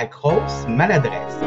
la grosse maladresse.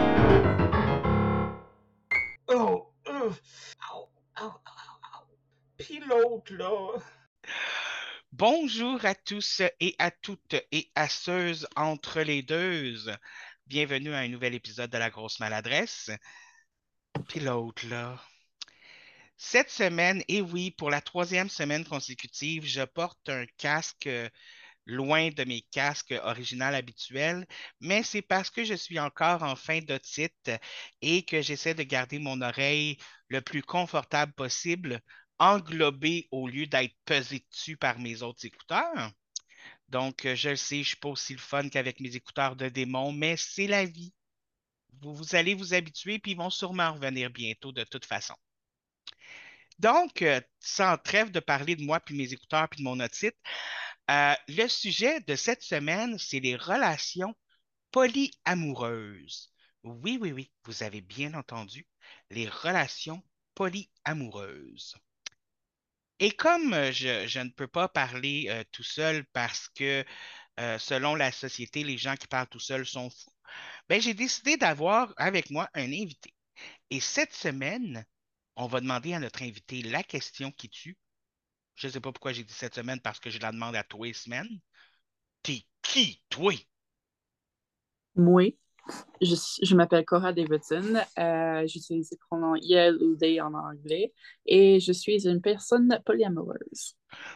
Oh, au, au. Puis l'autre, là. Bonjour à tous et à toutes et à ceux entre les deux. Bienvenue à un nouvel épisode de La Grosse Maladresse. Puis l'autre, là. Cette semaine, et oui, pour la troisième semaine consécutive, je porte un casque loin de mes casques originaux habituels, mais c'est parce que je suis encore en fin d'otite et que j'essaie de garder mon oreille le plus confortable possible, englobée au lieu d'être pesée dessus par mes autres écouteurs. Donc, je le sais, je ne suis pas aussi le fun qu'avec mes écouteurs de démon, mais c'est la vie. Vous allez vous habituer, puis ils vont sûrement revenir bientôt de toute façon. Donc, sans trêve de parler de moi, puis mes écouteurs, puis de mon otite, le sujet de cette semaine, c'est les relations polyamoureuses. Oui, oui, oui, vous avez bien entendu, les relations polyamoureuses. Et comme je ne peux pas parler tout seul parce que selon la société, les gens qui parlent tout seuls sont fous, ben, j'ai décidé d'avoir avec moi un invité. Et cette semaine, on va demander à notre invité la question qui tue. Je ne sais pas pourquoi j'ai dit cette semaine parce que je la demande à tous les semaines. T'es qui, toi? Moi, je m'appelle Cora Davidson. J'utilise les pronoms il ou they en anglais et je suis une personne polyamoureuse.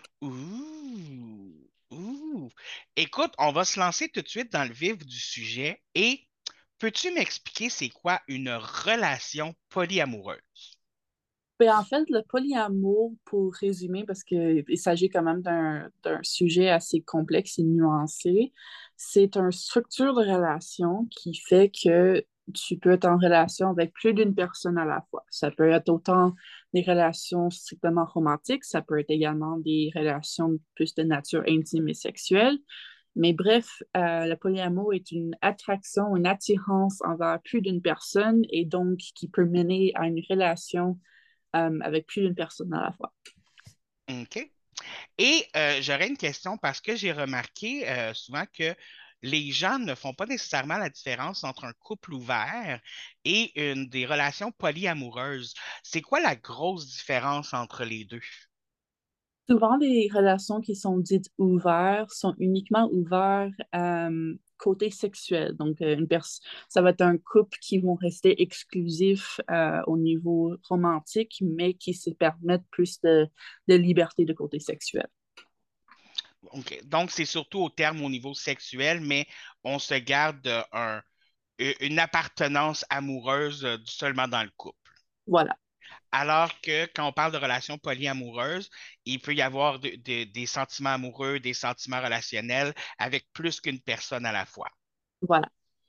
Ouh, ouh. Écoute, on va se lancer tout de suite dans le vif du sujet et peux-tu m'expliquer c'est quoi une relation polyamoureuse? Ben, en fait, le polyamour, pour résumer, parce qu'il s'agit quand même d'un sujet assez complexe et nuancé, c'est une structure de relation qui fait que tu peux être en relation avec plus d'une personne à la fois. Ça peut être autant des relations strictement romantiques, ça peut être également des relations plus de nature intime et sexuelle. Mais bref, le polyamour est une attraction, une attirance envers plus d'une personne et donc qui peut mener à une relation avec plus d'une personne à la fois. OK. Et j'aurais une question parce que j'ai remarqué souvent que les gens ne font pas nécessairement la différence entre un couple ouvert et des relations polyamoureuses. C'est quoi la grosse différence entre les deux? Souvent, les relations qui sont dites ouvertes sont uniquement ouvertes côté sexuel. Donc, ça va être un couple qui vont rester exclusifs au niveau romantique, mais qui se permettent plus de liberté de côté sexuel. OK. Donc, c'est surtout au terme au niveau sexuel, mais on se garde une appartenance amoureuse seulement dans le couple. Voilà, Alors que quand on parle de relations polyamoureuses, il peut y avoir des sentiments amoureux, des sentiments relationnels avec plus qu'une personne à la fois. voilà.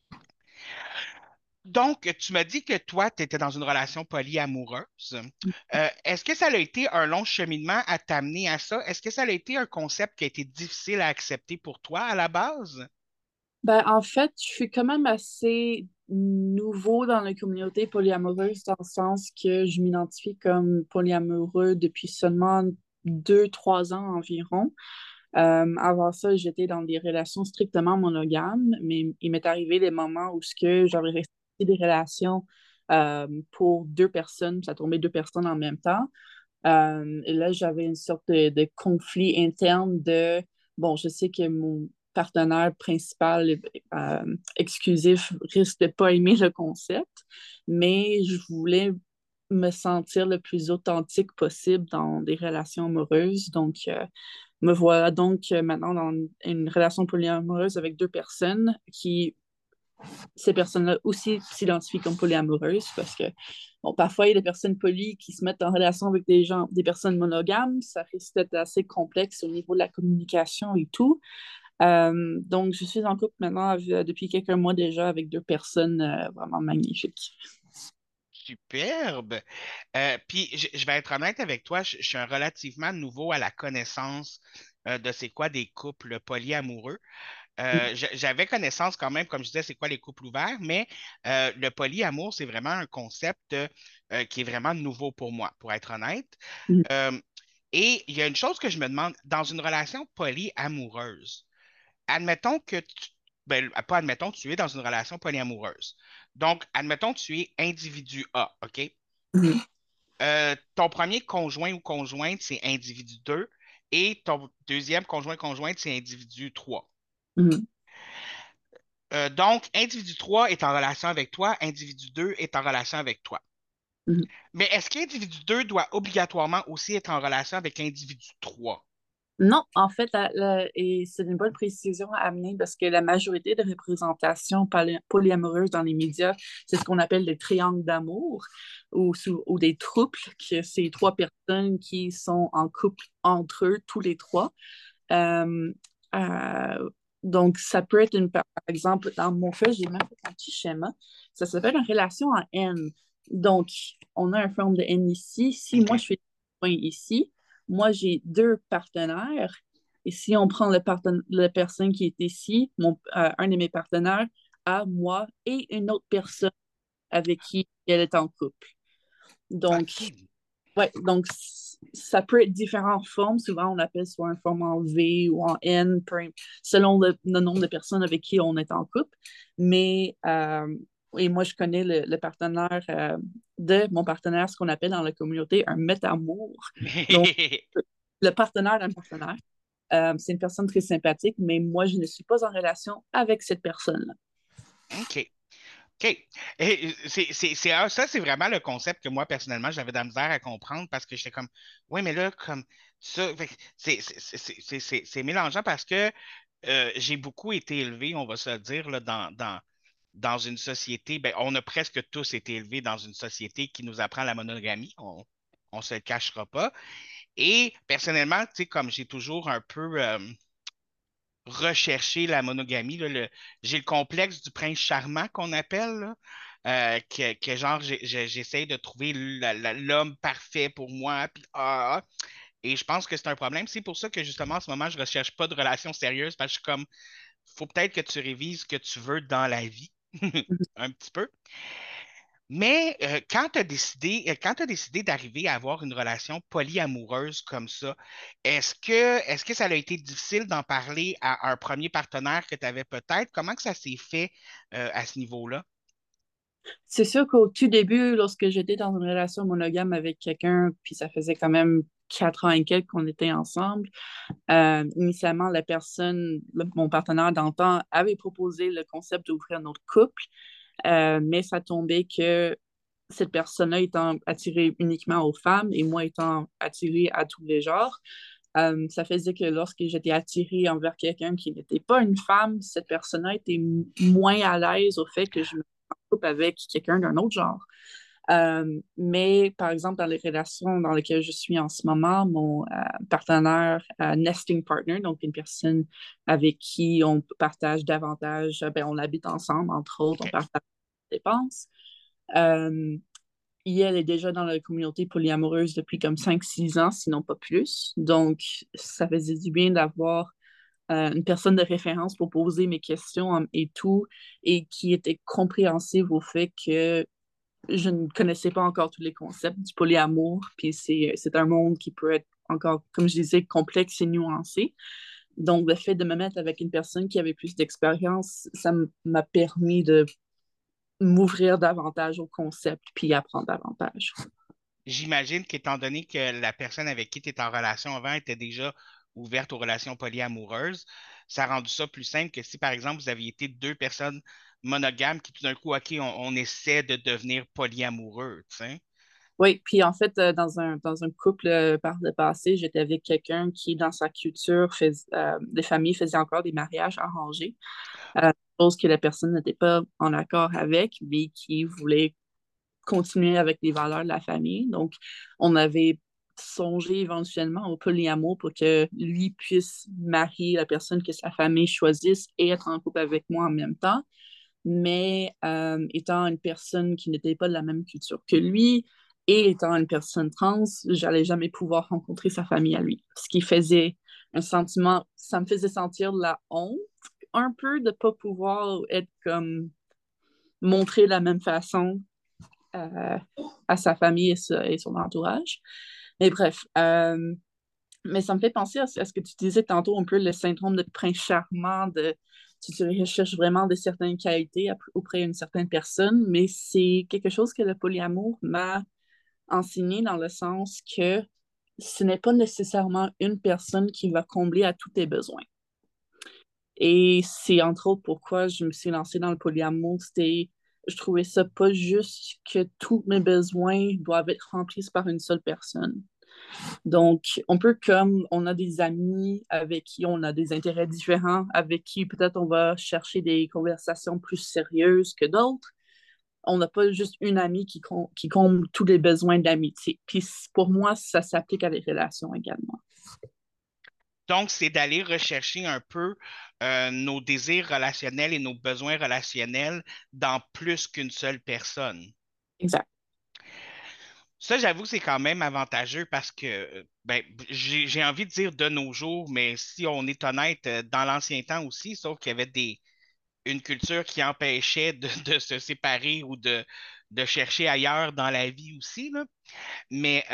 Donc, tu m'as dit que toi, tu étais dans une relation polyamoureuse. Est-ce que ça a été un long cheminement à t'amener à ça? Est-ce que ça a été un concept qui a été difficile à accepter pour toi à la base? Ben, en fait, je suis quand même assez nouveau dans la communauté polyamoureuse dans le sens que je m'identifie comme polyamoureux depuis seulement 2, 3 ans environ. Avant ça, j'étais dans des relations strictement monogames, mais il m'est arrivé des moments où ce que j'avais resté des relations pour deux personnes, ça tombait deux personnes en même temps. Et là, j'avais une sorte de conflit interne de, bon, je sais que mon partenaire principal exclusif risque de pas aimer le concept, mais je voulais me sentir le plus authentique possible dans des relations amoureuses. Donc, me voilà donc maintenant dans une relation polyamoureuse avec deux personnes qui ces personnes-là aussi s'identifient comme polyamoureuses parce que, bon, parfois, il y a des personnes polyes qui se mettent en relation avec des gens, des personnes monogames. Ça risque d'être assez complexe au niveau de la communication et tout. Donc, je suis en couple maintenant depuis quelques mois déjà avec deux personnes vraiment magnifiques. Superbe. Puis, je vais être honnête avec toi, je suis un relativement nouveau à la connaissance de c'est quoi des couples polyamoureux. J'avais connaissance quand même, comme je disais, c'est quoi les couples ouverts, mais le polyamour, c'est vraiment un concept qui est vraiment nouveau pour moi, pour être honnête. Mhm. Euh, et il y a une chose que je me demande, dans une relation polyamoureuse, admettons que ben, pas admettons, tu es dans une relation polyamoureuse. Donc, admettons, tu es individu A, OK? Mhm. Ton premier conjoint ou conjointe, c'est individu 2 et ton deuxième conjointe, c'est individu 3. Mhm. Donc, individu 3 est en relation avec toi, individu 2 est en relation avec toi. Mhm. Mais est-ce qu'individu 2 doit obligatoirement aussi être en relation avec individu 3? Non, en fait, et c'est une bonne précision à amener parce que la majorité de représentations polyamoureuses dans les médias, c'est ce qu'on appelle des triangles d'amour ou des trouples, que c'est trois personnes qui sont en couple entre eux, tous les trois. Euh, euh, donc, ça peut être par exemple, dans mon fait, j'ai même fait un petit schéma. Ça s'appelle une relation en N. Donc, on a une forme de N ici. Si moi, OK. je fais un point ici, moi, j'ai deux partenaires. Et si on prend la personne qui est ici, un de mes partenaires, à moi et une autre personne avec qui elle est en couple. Donc, OK. ouais, donc ça peut être différentes formes. Souvent, on appelle soit une forme en V ou en N, selon le nombre de personnes avec qui on est en couple. Mais, et moi, je connais le partenaire de mon partenaire, ce qu'on appelle dans la communauté un métamour. Donc, le partenaire d'un partenaire, c'est une personne très sympathique, mais moi, je ne suis pas en relation avec cette personne-là. OK. OK. Et ça, c'est vraiment le concept que moi, personnellement, j'avais de la misère à comprendre parce que j'étais comme, oui, mais là, comme ça, fait que c'est mélangeant parce que j'ai beaucoup été élevé, on va se le dire, là, dans une société, ben, on a presque tous été élevés dans une société qui nous apprend la monogamie, on se le cachera pas. Et personnellement, tu sais, comme j'ai toujours un peu recherché la monogamie, là, j'ai le complexe du prince charmant qu'on appelle, là, que genre, j'essaie de trouver l'homme parfait pour moi, puis et je pense que c'est un problème. C'est pour ça que justement, en ce moment, je ne recherche pas de relation sérieuse parce que je suis comme, faut peut-être que tu révises ce que tu veux dans la vie, un petit peu. Mais quand tu as décidé d'arriver à avoir une relation polyamoureuse comme ça, est-ce que ça a été difficile d'en parler à un premier partenaire que tu avais peut-être? Comment que ça s'est fait à ce niveau-là? C'est sûr qu'au tout début, lorsque j'étais dans une relation monogame avec quelqu'un, puis ça faisait quand même 4 ans et quelques qu'on était ensemble, initialement, mon partenaire d'antan avait proposé le concept d'ouvrir notre couple, mais ça tombait que cette personne-là étant attirée uniquement aux femmes et moi étant attirée à tous les genres, ça faisait que lorsque j'étais attirée envers quelqu'un qui n'était pas une femme, cette personne-là était moins à l'aise au fait que je me couple avec quelqu'un d'un autre genre. Mais par exemple, dans les relations dans lesquelles je suis en ce moment, mon partenaire, nesting partner, donc une personne avec qui on partage davantage, ben, on habite ensemble, entre autres, on OK. partage des dépenses. Euh, elle est déjà dans la communauté polyamoureuse depuis comme 5 6 ans, sinon pas plus. Donc, ça faisait du bien d'avoir une personne de référence pour poser mes questions et tout, et qui était compréhensive au fait que je ne connaissais pas encore tous les concepts du polyamour, puis c'est un monde qui peut être encore, comme je disais, complexe et nuancé. Donc, le fait de me mettre avec une personne qui avait plus d'expérience, ça m'a permis de m'ouvrir davantage au concept puis apprendre davantage. J'imagine qu'étant donné que la personne avec qui tu es en relation avant était déjà ouverte aux relations polyamoureuses, ça a rendu ça plus simple que si, par exemple, vous aviez été deux personnes monogames qui tout d'un coup, OK, on essaie de devenir polyamoureux, tu sais. Oui, puis en fait, dans un couple par le passé, j'étais avec quelqu'un qui, dans sa culture, les familles faisaient encore des mariages arrangés, chose que la personne n'était pas en accord avec, mais qui voulait continuer avec les valeurs de la famille. Donc, on avait songé éventuellement au polyamour pour que lui puisse marier la personne que sa famille choisisse et être en couple avec moi en même temps. Mais étant une personne qui n'était pas de la même culture que lui et étant une personne trans, j'allais jamais pouvoir rencontrer sa famille à lui. Ce qui faisait un sentiment, ça me faisait sentir de la honte un peu de ne pas pouvoir être comme montrer de la même façon euh, à sa famille et son entourage. Mais bref, mais ça me fait penser à ce que tu disais tantôt, un peu le syndrome de prince charmant, de si tu recherches vraiment de certaines qualités auprès d'une certaine personne, mais c'est quelque chose que le polyamour m'a enseigné dans le sens que ce n'est pas nécessairement une personne qui va combler à tous tes besoins. Et c'est entre autres pourquoi je me suis lancée dans le polyamour. Je trouvais ça pas juste que tous mes besoins doivent être remplis par une seule personne. Donc, on peut, comme on a des amis avec qui on a des intérêts différents, avec qui peut-être on va chercher des conversations plus sérieuses que d'autres, on n'a pas juste une amie qui comble tous les besoins d'amitié. Puis pour moi, ça s'applique à des relations également. Donc, c'est d'aller rechercher un peu nos désirs relationnels et nos besoins relationnels dans plus qu'une seule personne. Exact. Ça, j'avoue, c'est quand même avantageux parce que, ben, j'ai envie de dire de nos jours, mais si on est honnête, dans l'ancien temps aussi, sauf qu'il y avait une culture qui empêchait de se séparer ou de chercher ailleurs dans la vie aussi, là. Mais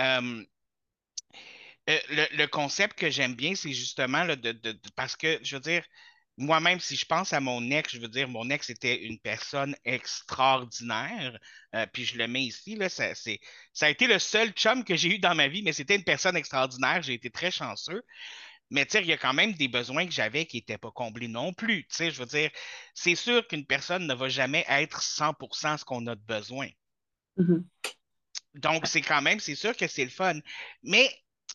le concept que j'aime bien, c'est justement là, parce que, je veux dire, moi-même, si je pense à mon ex, je veux dire, mon ex était une personne extraordinaire. Puis je le mets ici, là, ça a été le seul chum que j'ai eu dans ma vie, mais c'était une personne extraordinaire. J'ai été très chanceux. Mais tu sais, il y a quand même des besoins que j'avais qui n'étaient pas comblés non plus. Tu sais, je veux dire, c'est sûr qu'une personne ne va jamais être 100% ce qu'on a de besoin. Mm-hmm. Donc, c'est sûr que c'est le fun. Mais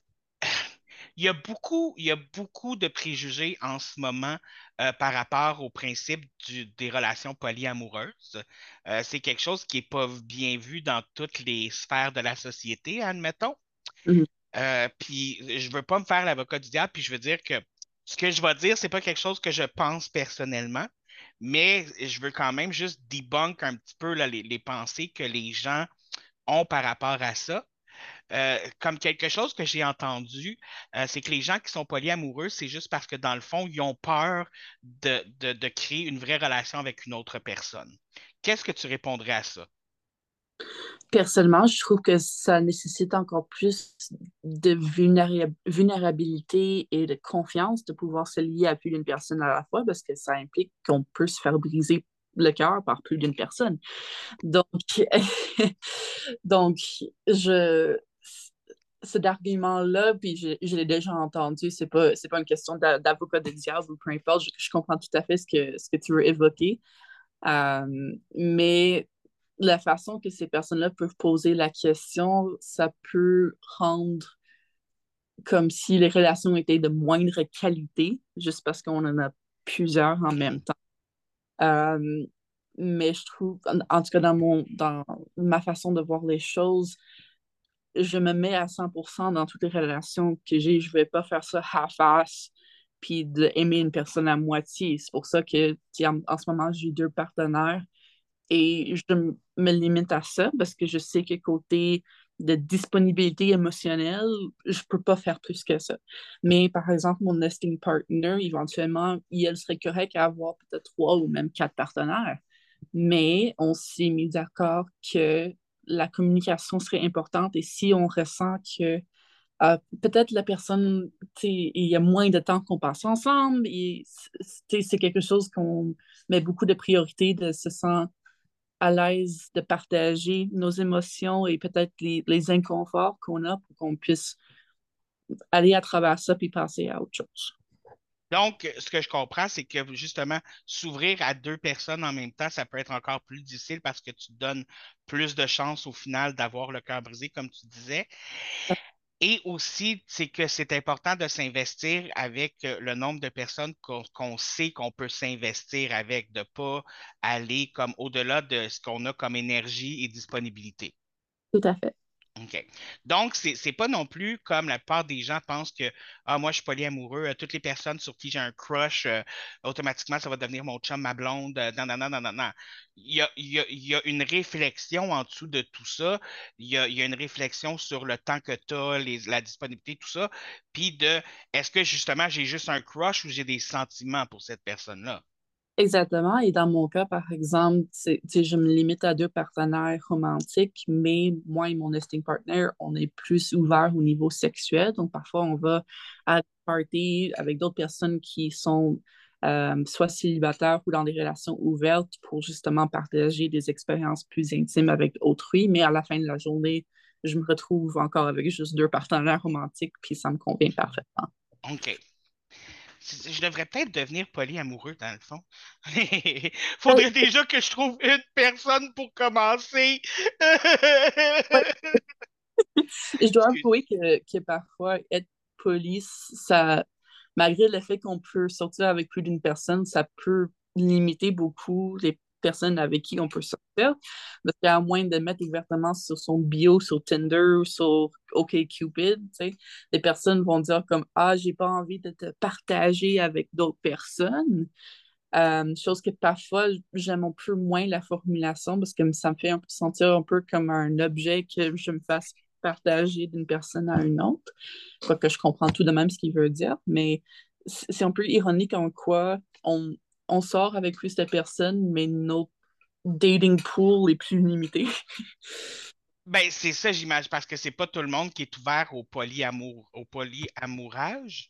il y a beaucoup de préjugés en ce moment par rapport au principe des relations polyamoureuses. C'est quelque chose qui n'est pas bien vu dans toutes les sphères de la société, admettons. Mm-hmm. Puis je veux pas me faire l'avocat du diable, puis je veux dire que ce que je vais dire, c'est pas quelque chose que je pense personnellement, mais je veux quand même juste debunk un petit peu là, les pensées que les gens ont par rapport à ça. Comme quelque chose que j'ai entendu, c'est que les gens qui sont polyamoureux, c'est juste parce que dans le fond, ils ont peur de créer une vraie relation avec une autre personne. Qu'est-ce que tu répondrais à ça? Personnellement, je trouve que ça nécessite encore plus de vulnérabilité et de confiance de pouvoir se lier à plus d'une personne à la fois parce que ça implique qu'on peut se faire briser le cœur par plus d'une personne. Donc, donc je, cet argument-là, puis je l'ai déjà entendu, c'est pas une question d'avocat de diable ou peu importe, je comprends tout à fait ce que tu veux évoquer. Mais la façon que ces personnes-là peuvent poser la question, ça peut rendre comme si les relations étaient de moindre qualité, juste parce qu'on en a plusieurs en même temps. Euh, mais je trouve, en tout cas dans ma façon de voir les choses, je me mets à 100% dans toutes les relations que j'ai. Je vais pas faire ça half-ass puis d'aimer une personne à moitié. C'est pour ça que en ce moment, j'ai deux partenaires et je me limite à ça parce que je sais que côté de disponibilité émotionnelle, je peux pas faire plus que ça. Mais par exemple, mon nesting partner, éventuellement, elle serait correct à avoir peut-être trois ou même quatre partenaires. Mais on s'est mis d'accord que la communication serait importante et si on ressent que peut-être la personne, il y a moins de temps qu'on passe ensemble et c'est quelque chose qu'on met beaucoup de priorité de se sentir à l'aise de partager nos émotions et peut-être les inconforts qu'on a pour qu'on puisse aller à travers ça puis passer à autre chose. Donc, ce que je comprends, c'est que justement, s'ouvrir à deux personnes en même temps, ça peut être encore plus difficile parce que tu te donnes plus de chances au final d'avoir le cœur brisé, comme tu disais. Et aussi, c'est que c'est important de s'investir avec le nombre de personnes qu'on sait qu'on peut s'investir avec, de ne pas aller comme au-delà de ce qu'on a comme énergie et disponibilité. Tout à fait. OK. Donc, c'est pas non plus comme la plupart des gens pensent que ah, moi, je suis polyamoureux, toutes les personnes sur qui j'ai un crush, automatiquement, ça va devenir mon chum, ma blonde, non, non, non, non, non, non. Il y a une réflexion en dessous de tout ça. Il y a une réflexion sur le temps que tu as, la disponibilité, tout ça. Puis de est-ce que justement j'ai juste un crush ou j'ai des sentiments pour cette personne-là? Exactement. Et dans mon cas, par exemple, je me limite à deux partenaires romantiques, mais moi et mon nesting partner, on est plus ouvert au niveau sexuel. Donc, parfois, on va à des parties avec d'autres personnes qui sont soit célibataires ou dans des relations ouvertes pour justement partager des expériences plus intimes avec autrui. Mais à la fin de la journée, je me retrouve encore avec juste 2 partenaires romantiques, puis ça me convient parfaitement. OK. Je devrais peut-être devenir polyamoureux, dans le fond. Euh, Faudrait déjà que je trouve une personne pour commencer. ouais, je dois Excuse. avouer que parfois, être poli, ça, malgré le fait qu'on peut sortir avec plus d'une personne, ça peut limiter beaucoup les personnes avec qui on peut sortir. Parce qu'à moins de mettre ouvertement sur son bio, sur Tinder ou sur OkCupid, tu sais, les personnes vont dire comme Ah, j'ai pas envie de te partager avec d'autres personnes. Chose que parfois, j'aime un peu moins la formulation parce que ça me fait sentir un peu comme un objet que je me fasse partager d'une personne à une autre. Quoique je comprends tout de même ce qu'il veut dire, mais c'est un peu ironique en quoi on sort avec plus de personnes, mais notre dating pool est plus limité. Ben, c'est ça, j'imagine, parce que c'est pas tout le monde qui est ouvert au polyamourage.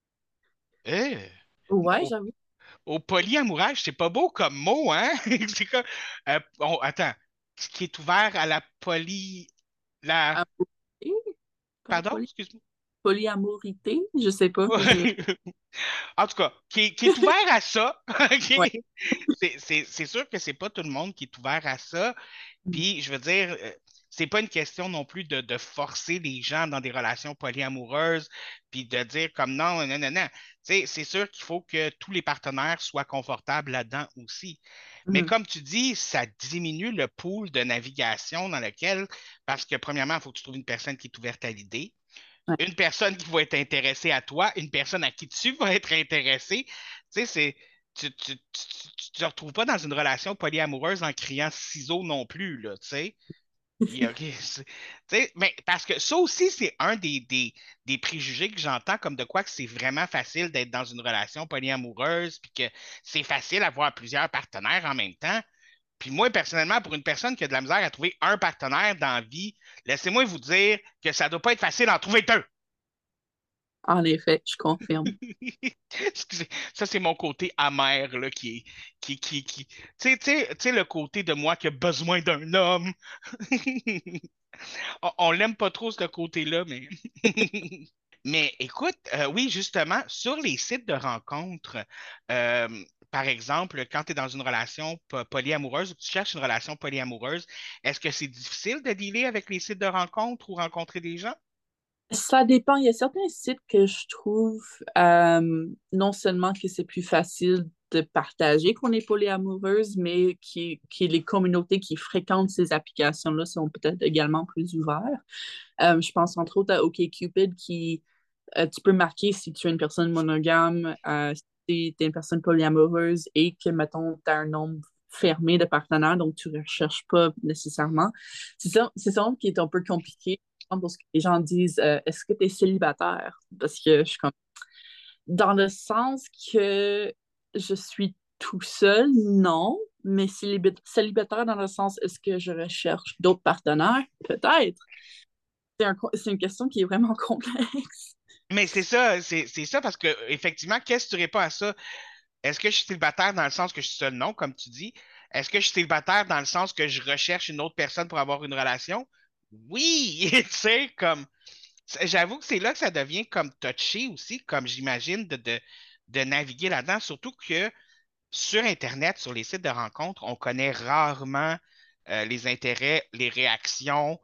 Euh, Ouais, au, j'avoue. au polyamourage, c'est pas beau comme mot, hein? C'est comme. Attends. Ce qui est ouvert à la poly. La. Amorité? Pardon, excuse-moi. Polyamorité? Je sais pas. Ouais. En tout cas, qui est ouvert à ça. Ouais. OK? C'est sûr que c'est pas tout le monde qui est ouvert à ça. Puis, je veux dire, c'est pas une question non plus de forcer les gens dans des relations polyamoureuses, puis de dire comme non, non, non, non. Tu sais, c'est sûr qu'il faut que tous les partenaires soient confortables là-dedans aussi. Mais Mhm. comme tu dis, ça diminue le pool de navigation dans lequel, parce que premièrement, il faut que tu trouves une personne qui est ouverte à l'idée, Ouais. une personne qui va être intéressée à toi, une personne à qui tu vas être intéressé. Tu sais, tu te retrouves pas dans une relation polyamoureuse en criant ciseaux non plus, là, tu sais. OK, tu sais, mais parce que ça aussi, c'est un des préjugés que j'entends comme de quoi que c'est vraiment facile d'être dans une relation polyamoureuse, puis que c'est facile d'avoir plusieurs partenaires en même temps. Puis moi, personnellement, pour une personne qui a de la misère à trouver un partenaire dans la vie, laissez-moi vous dire que ça doit pas être facile d'en trouver deux. En effet, je confirme. Excusez, ça c'est mon côté amer là, tu sais, le côté de moi qui a besoin d'un homme. On l'aime pas trop ce côté-là, mais mais écoute, oui, justement, sur les sites de rencontres, euh, par exemple, quand tu es dans une relation polyamoureuse ou que tu cherches une relation polyamoureuse, est-ce que c'est difficile de dealer avec les sites de rencontres ou rencontrer des gens? Ça dépend. Il y a certains sites que je trouve non seulement que c'est plus facile de partager qu'on est polyamoureuse, mais les communautés qui fréquentent ces applications-là sont peut-être également plus ouvertes. Je pense entre autres à OkCupid qui tu peux marquer si tu es une personne monogame, si tu es une personne polyamoureuse et que, mettons, tu as un nombre fermé de partenaires, donc tu ne recherches pas nécessairement. C'est ça qui est un peu compliqué parce que les gens disent est-ce que tu es célibataire? Parce que je suis comme dans le sens que je suis tout seul, non, mais célibataire dans le sens est-ce que je recherche d'autres partenaires? Peut-être. C'est une question qui est vraiment complexe. Mais c'est ça parce que effectivement, qu'est-ce que tu réponds à ça? Est-ce que je suis célibataire dans le sens que je suis seul? Non, comme tu dis. Est-ce que je suis célibataire dans le sens que je recherche une autre personne pour avoir une relation? Oui, tu sais, comme j'avoue que c'est là que ça devient comme touché aussi, comme j'imagine, de naviguer là-dedans, surtout que sur Internet, sur les sites de rencontres, on connaît rarement les intérêts, les réactions,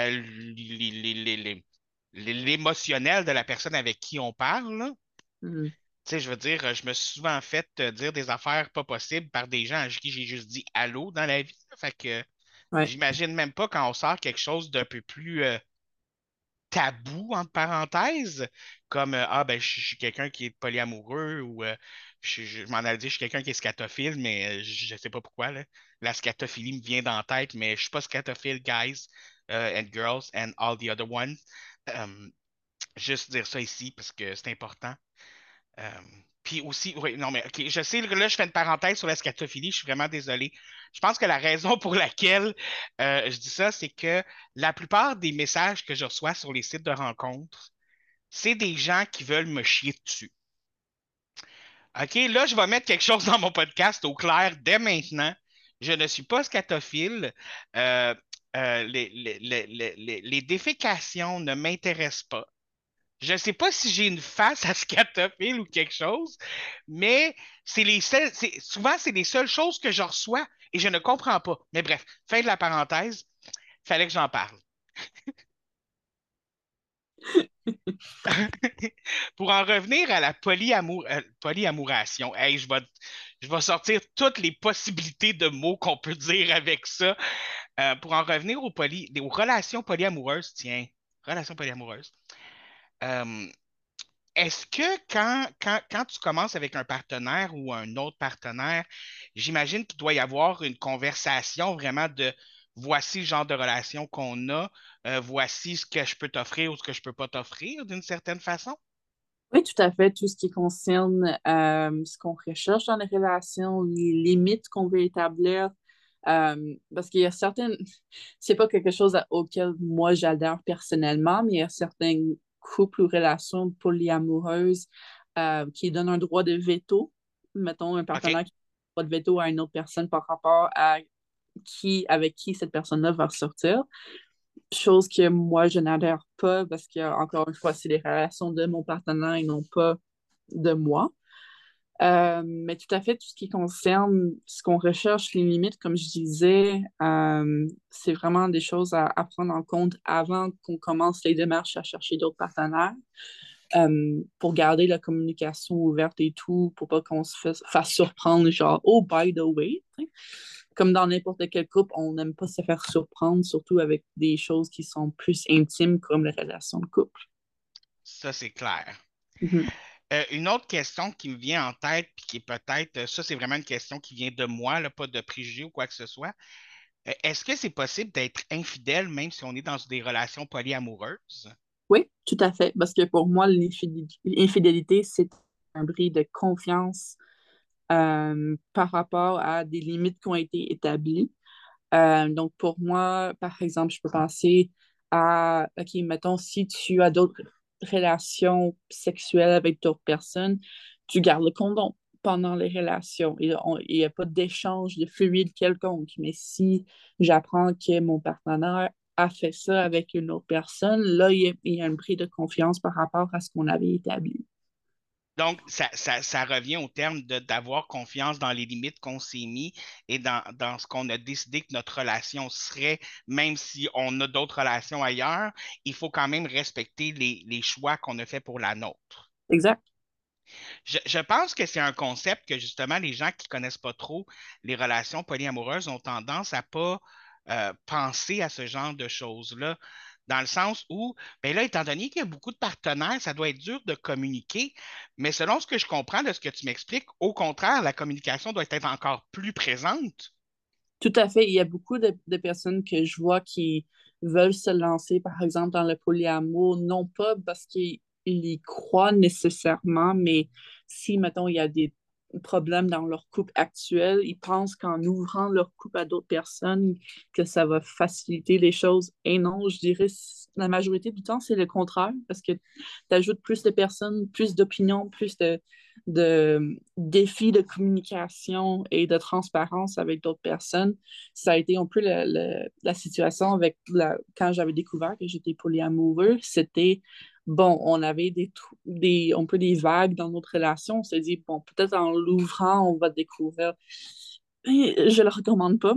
l'émotionnel de la personne avec qui on parle, là. Hmm. Tu sais, je veux dire, je me suis souvent fait dire des affaires pas possibles par des gens à qui j'ai juste dit allô dans la vie. Fait que Ouais. j'imagine même pas quand on sort quelque chose d'un peu plus tabou, entre parenthèses, comme ah ben je suis quelqu'un qui est polyamoureux ou je m'en allais dire je suis quelqu'un qui est scatophile, mais je sais pas pourquoi là. La scatophilie me vient dans la tête, mais je suis pas scatophile, guys and girls and all the other ones. Euh, Juste dire ça ici parce que c'est important. Euh, Puis aussi, oui, non, mais ok, je sais, là, je fais une parenthèse sur la scatophilie, je suis vraiment désolé. Je pense que la raison pour laquelle je dis ça, c'est que la plupart des messages que je reçois sur les sites de rencontres, c'est des gens qui veulent me chier dessus. OK, là, je vais mettre quelque chose dans mon podcast au clair dès maintenant. Je ne suis pas scatophile. Euh, les défécations ne m'intéressent pas. Je ne sais pas si j'ai une face à scatophile ou quelque chose, mais souvent, c'est les seules choses que je reçois et je ne comprends pas. Mais bref, fin de la parenthèse, fallait que j'en parle. Pour en revenir à la polyamouration, hey, je vais sortir toutes les possibilités de mots qu'on peut dire avec ça. Pour en revenir aux relations polyamoureuses, tiens, relations polyamoureuses. euh, Est-ce que quand tu commences avec un partenaire ou un autre partenaire, j'imagine qu'il doit y avoir une conversation vraiment de voici le genre de relation qu'on a, voici ce que je peux t'offrir ou ce que je peux pas t'offrir d'une certaine façon? Oui, tout à fait. Tout ce qui concerne ce qu'on recherche dans les relations, les limites qu'on veut établir. Parce qu'il y a certaines, c'est pas quelque chose auquel moi j'adhère personnellement, mais il y a certains couples ou relations polyamoureuses qui donnent un droit de veto. Mettons un OK. partenaire qui a un droit de veto à une autre personne par rapport à avec qui cette personne-là va ressortir. Chose que moi, je n'adhère pas parce que, encore une fois, c'est les relations de mon partenaire et non pas de moi. Mais tout à fait, tout ce qui concerne ce qu'on recherche, les limites, comme je disais, c'est vraiment des choses à prendre en compte avant qu'on commence les démarches à chercher d'autres partenaires, pour garder la communication ouverte et tout, pour pas qu'on fasse surprendre, genre, oh, by the way. T'sais. Comme dans n'importe quel couple, on n'aime pas se faire surprendre, surtout avec des choses qui sont plus intimes comme les relations de couple. Ça, c'est clair. Mhm. Une autre question qui me vient en tête, puis qui est peut-être, ça, c'est vraiment une question qui vient de moi, là, pas de préjugés ou quoi que ce soit. Est-ce que c'est possible d'être infidèle même si on est dans des relations polyamoureuses? Oui, tout à fait. Parce que pour moi, l'infidélité, c'est un bris de confiance par rapport à des limites qui ont été établies. Donc, pour moi, par exemple, je peux penser à, OK, mettons, si tu as d'autres relations sexuelles avec d'autres personnes, tu gardes le condom pendant les relations. Il n'y a pas d'échange de fluide quelconque. Mais si j'apprends que mon partenaire a fait ça avec une autre personne, là, il y a un bris de confiance par rapport à ce qu'on avait établi. Donc, ça revient au terme d'avoir confiance dans les limites qu'on s'est mis et dans ce qu'on a décidé que notre relation serait, même si on a d'autres relations ailleurs, il faut quand même respecter les choix qu'on a fait pour la nôtre. Exact. Je pense que c'est un concept que justement les gens qui connaissent pas trop les relations polyamoureuses ont tendance à pas penser à ce genre de choses-là, dans le sens où, ben là, étant donné qu'il y a beaucoup de partenaires, ça doit être dur de communiquer, mais selon ce que je comprends de ce que tu m'expliques, au contraire, la communication doit être encore plus présente. Tout à fait. Il y a beaucoup de personnes que je vois qui veulent se lancer, par exemple, dans le polyamour, non pas parce qu'ils y croient nécessairement, mais si, mettons, il y a des problèmes dans leur couple actuel, ils pensent qu'en ouvrant leur couple à d'autres personnes, que ça va faciliter les choses. Et non, je dirais, la majorité du temps, c'est le contraire, parce que tu ajoutes plus de personnes, plus d'opinions, plus de défis de communication et de transparence avec d'autres personnes. Ça a été un peu la situation avec quand j'avais découvert que j'étais polyamoureux. C'était, bon, on avait un peu des vagues dans notre relation. On s'est dit, bon, peut-être en l'ouvrant, on va découvrir. Et je le recommande pas.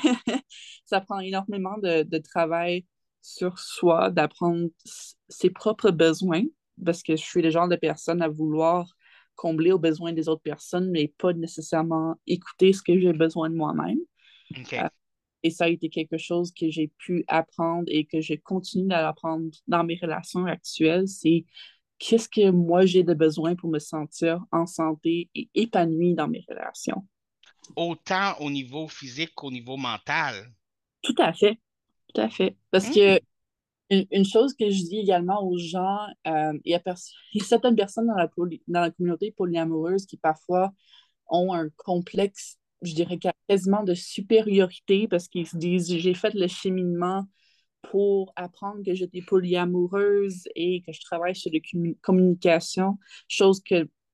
Ça prend énormément de travail sur soi, d'apprendre ses propres besoins, parce que je suis le genre de personne à vouloir combler aux besoins des autres personnes, mais pas nécessairement écouter ce que j'ai besoin de moi-même. OK. Euh, et ça a été quelque chose que j'ai pu apprendre et que je continue à apprendre dans mes relations actuelles, c'est qu'est-ce que moi j'ai de besoin pour me sentir en santé et épanouie dans mes relations. Autant au niveau physique qu'au niveau mental. Tout à fait, tout à fait. Parce Hmm. que une chose que je dis également aux gens, il y a certaines personnes dans la communauté polyamoureuse qui parfois ont un complexe, je dirais quasiment de supériorité parce qu'ils se disent, j'ai fait le cheminement pour apprendre que j'étais polyamoureuse et que je travaille sur la communication, chose que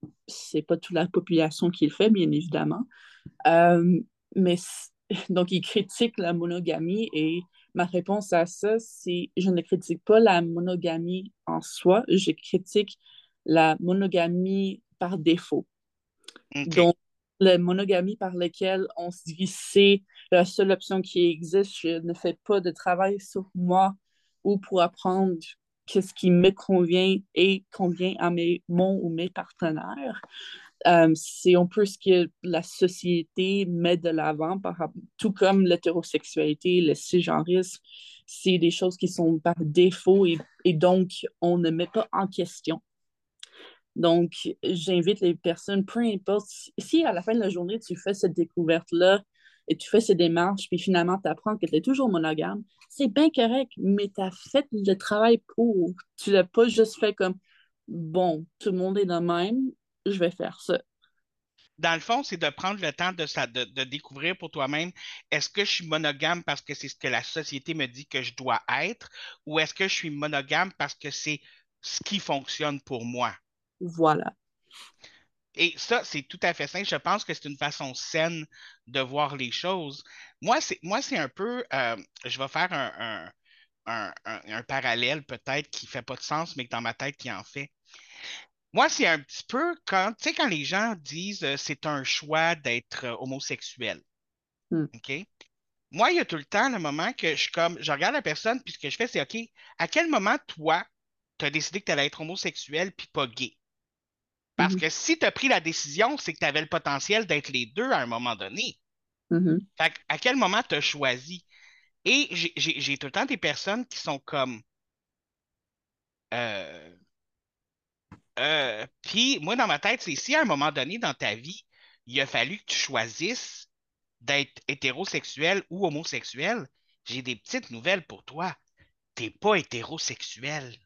c'est pas toute la population qui le fait, bien évidemment. Euh, mais donc, il critique la monogamie et ma réponse à ça, c'est je ne critique pas la monogamie en soi, je critique la monogamie par défaut. OK. Donc, la monogamie par laquelle on se dit c'est la seule option qui existe, je ne fais pas de travail sur moi ou pour apprendre qu'est-ce qui me convient et convient à mon ou mes partenaires. C'est un peu ce que la société met de l'avant, tout comme l'hétérosexualité, le cisgenrisme, c'est des choses qui sont par défaut et donc on ne met pas en question. Donc, j'invite les personnes, peu importe, si à la fin de la journée, tu fais cette découverte-là et tu fais ces démarches, puis finalement, tu apprends que tu es toujours monogame, c'est bien correct, mais tu as fait le travail pour. Tu l'as pas juste fait comme, bon, tout le monde est de même, je vais faire ça. Dans le fond, c'est de prendre le temps de découvrir pour toi-même, est-ce que je suis monogame parce que c'est ce que la société me dit que je dois être, ou est-ce que je suis monogame parce que c'est ce qui fonctionne pour moi? Voilà. Et ça, c'est tout à fait simple. Je pense que c'est une façon saine de voir les choses. Moi, c'est un peu, je vais faire un parallèle peut-être qui fait pas de sens, mais que dans ma tête, qui en fait. Moi, c'est un petit peu quand, tu sais, quand les gens disent c'est un choix d'être homosexuel. Hmm. OK? Moi, il y a tout le temps le moment que je suis comme, je regarde la personne, puis ce que je fais, c'est OK, à quel moment toi, tu as décidé que tu allais être homosexuel puis pas gay? Parce Mhm. que si tu as pris la décision, c'est que tu avais le potentiel d'être les deux à un moment donné. Mhm. Fait à quel moment tu as choisi? Et j'ai tout le temps des personnes qui sont comme, euh, puis moi, dans ma tête, c'est si à un moment donné dans ta vie, il a fallu que tu choisisses d'être hétérosexuel ou homosexuel, j'ai des petites nouvelles pour toi. T'es pas hétérosexuel.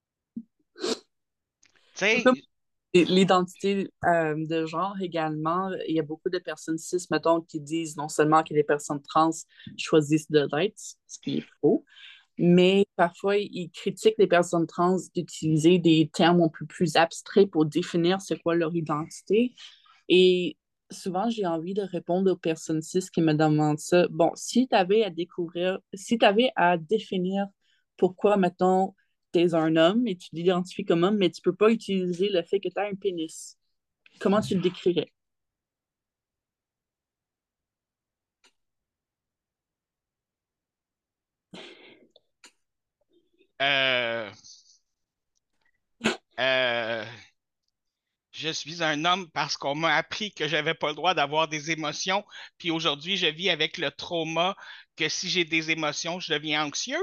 Tu Tout comme sais, l'identité de genre également, il y a beaucoup de personnes cis, mettons, qui disent non seulement que les personnes trans choisissent de l'être, ce qui est faux, mais parfois ils critiquent les personnes trans d'utiliser des termes un peu plus abstraits pour définir c'est quoi leur identité. Et souvent, j'ai envie de répondre aux personnes cis qui me demandent ça. Bon, si tu avais à découvrir, si tu avais à définir pourquoi, mettons, tu es un homme et tu t'identifies comme homme, mais tu peux pas utiliser le fait que tu as un pénis, comment tu le décrirais? euh, euh, je suis un homme parce qu'on m'a appris que j'avais pas le droit d'avoir des émotions, puis aujourd'hui, je vis avec le trauma que si j'ai des émotions, je deviens anxieux.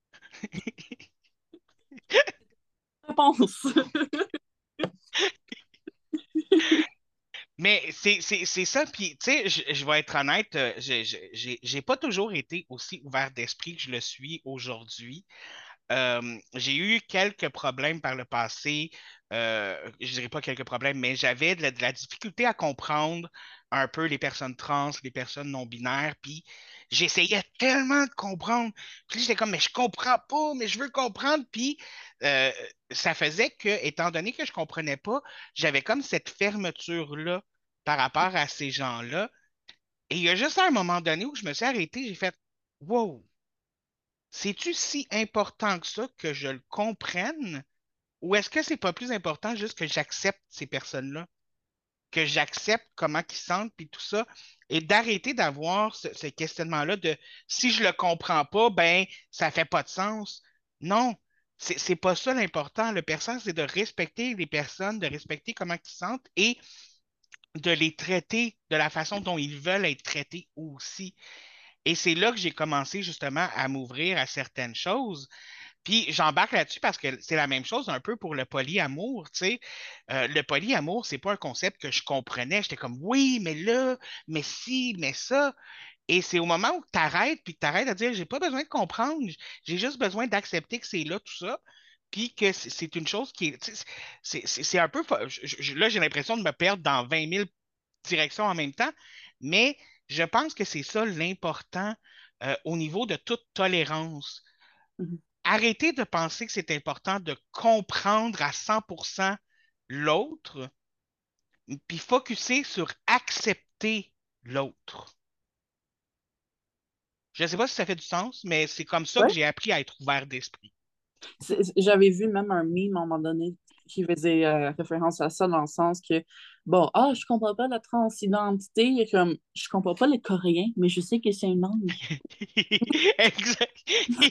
Réponse. Mais c'est ça, puis tu sais, je vais être honnête, j'ai pas toujours été aussi ouvert d'esprit que je le suis aujourd'hui. J'ai eu quelques problèmes par le passé. Je dirais pas quelques problèmes, mais j'avais de la difficulté à comprendre un peu les personnes trans, les personnes non binaires. Puis j'essayais tellement de comprendre. Puis j'étais comme, mais je comprends pas, mais je veux comprendre. Puis euh, ça faisait que, étant donné que je comprenais pas, j'avais comme cette fermeture-là par rapport à ces gens-là. Et il y a juste un moment donné où je me suis arrêté, j'ai fait, wow. C'est-tu si important que ça que je le comprenne? Ou est-ce que c'est pas plus important juste que j'accepte ces personnes-là, que j'accepte comment ils sentent, puis tout ça, et d'arrêter d'avoir ce questionnement-là de si je le comprends pas, ben ça fait pas de sens. Non, c'est pas ça l'important. Le person, c'est de respecter les personnes, de respecter comment ils sentent et de les traiter de la façon dont ils veulent être traités aussi. Et c'est là que j'ai commencé justement à m'ouvrir à certaines choses. Puis j'embarque là-dessus parce que c'est la même chose un peu pour le polyamour, tu sais. Le polyamour, c'est pas un concept que je comprenais. J'étais comme oui, mais là, mais si, mais ça. Et c'est au moment où tu arrêtes, puis que tu arrêtes de dire j'ai pas besoin de comprendre, j'ai juste besoin d'accepter que c'est là tout ça, puis que c'est une chose qui est. Tu sais, c'est un peu. Là, j'ai l'impression de me perdre dans 20 000 directions en même temps, mais je pense que c'est ça l'important au niveau de toute tolérance. Arrêtez de penser que c'est important de comprendre à 100% l'autre puis focusser sur accepter l'autre. Je ne sais pas si ça fait du sens, mais c'est comme ça que Ouais. j'ai appris à être ouvert d'esprit. J'avais vu même un meme à un moment donné qui faisait référence à ça dans le sens que, bon, je comprends pas la transidentité, comme, je comprends pas le coréen, mais je sais que c'est une langue. Exact.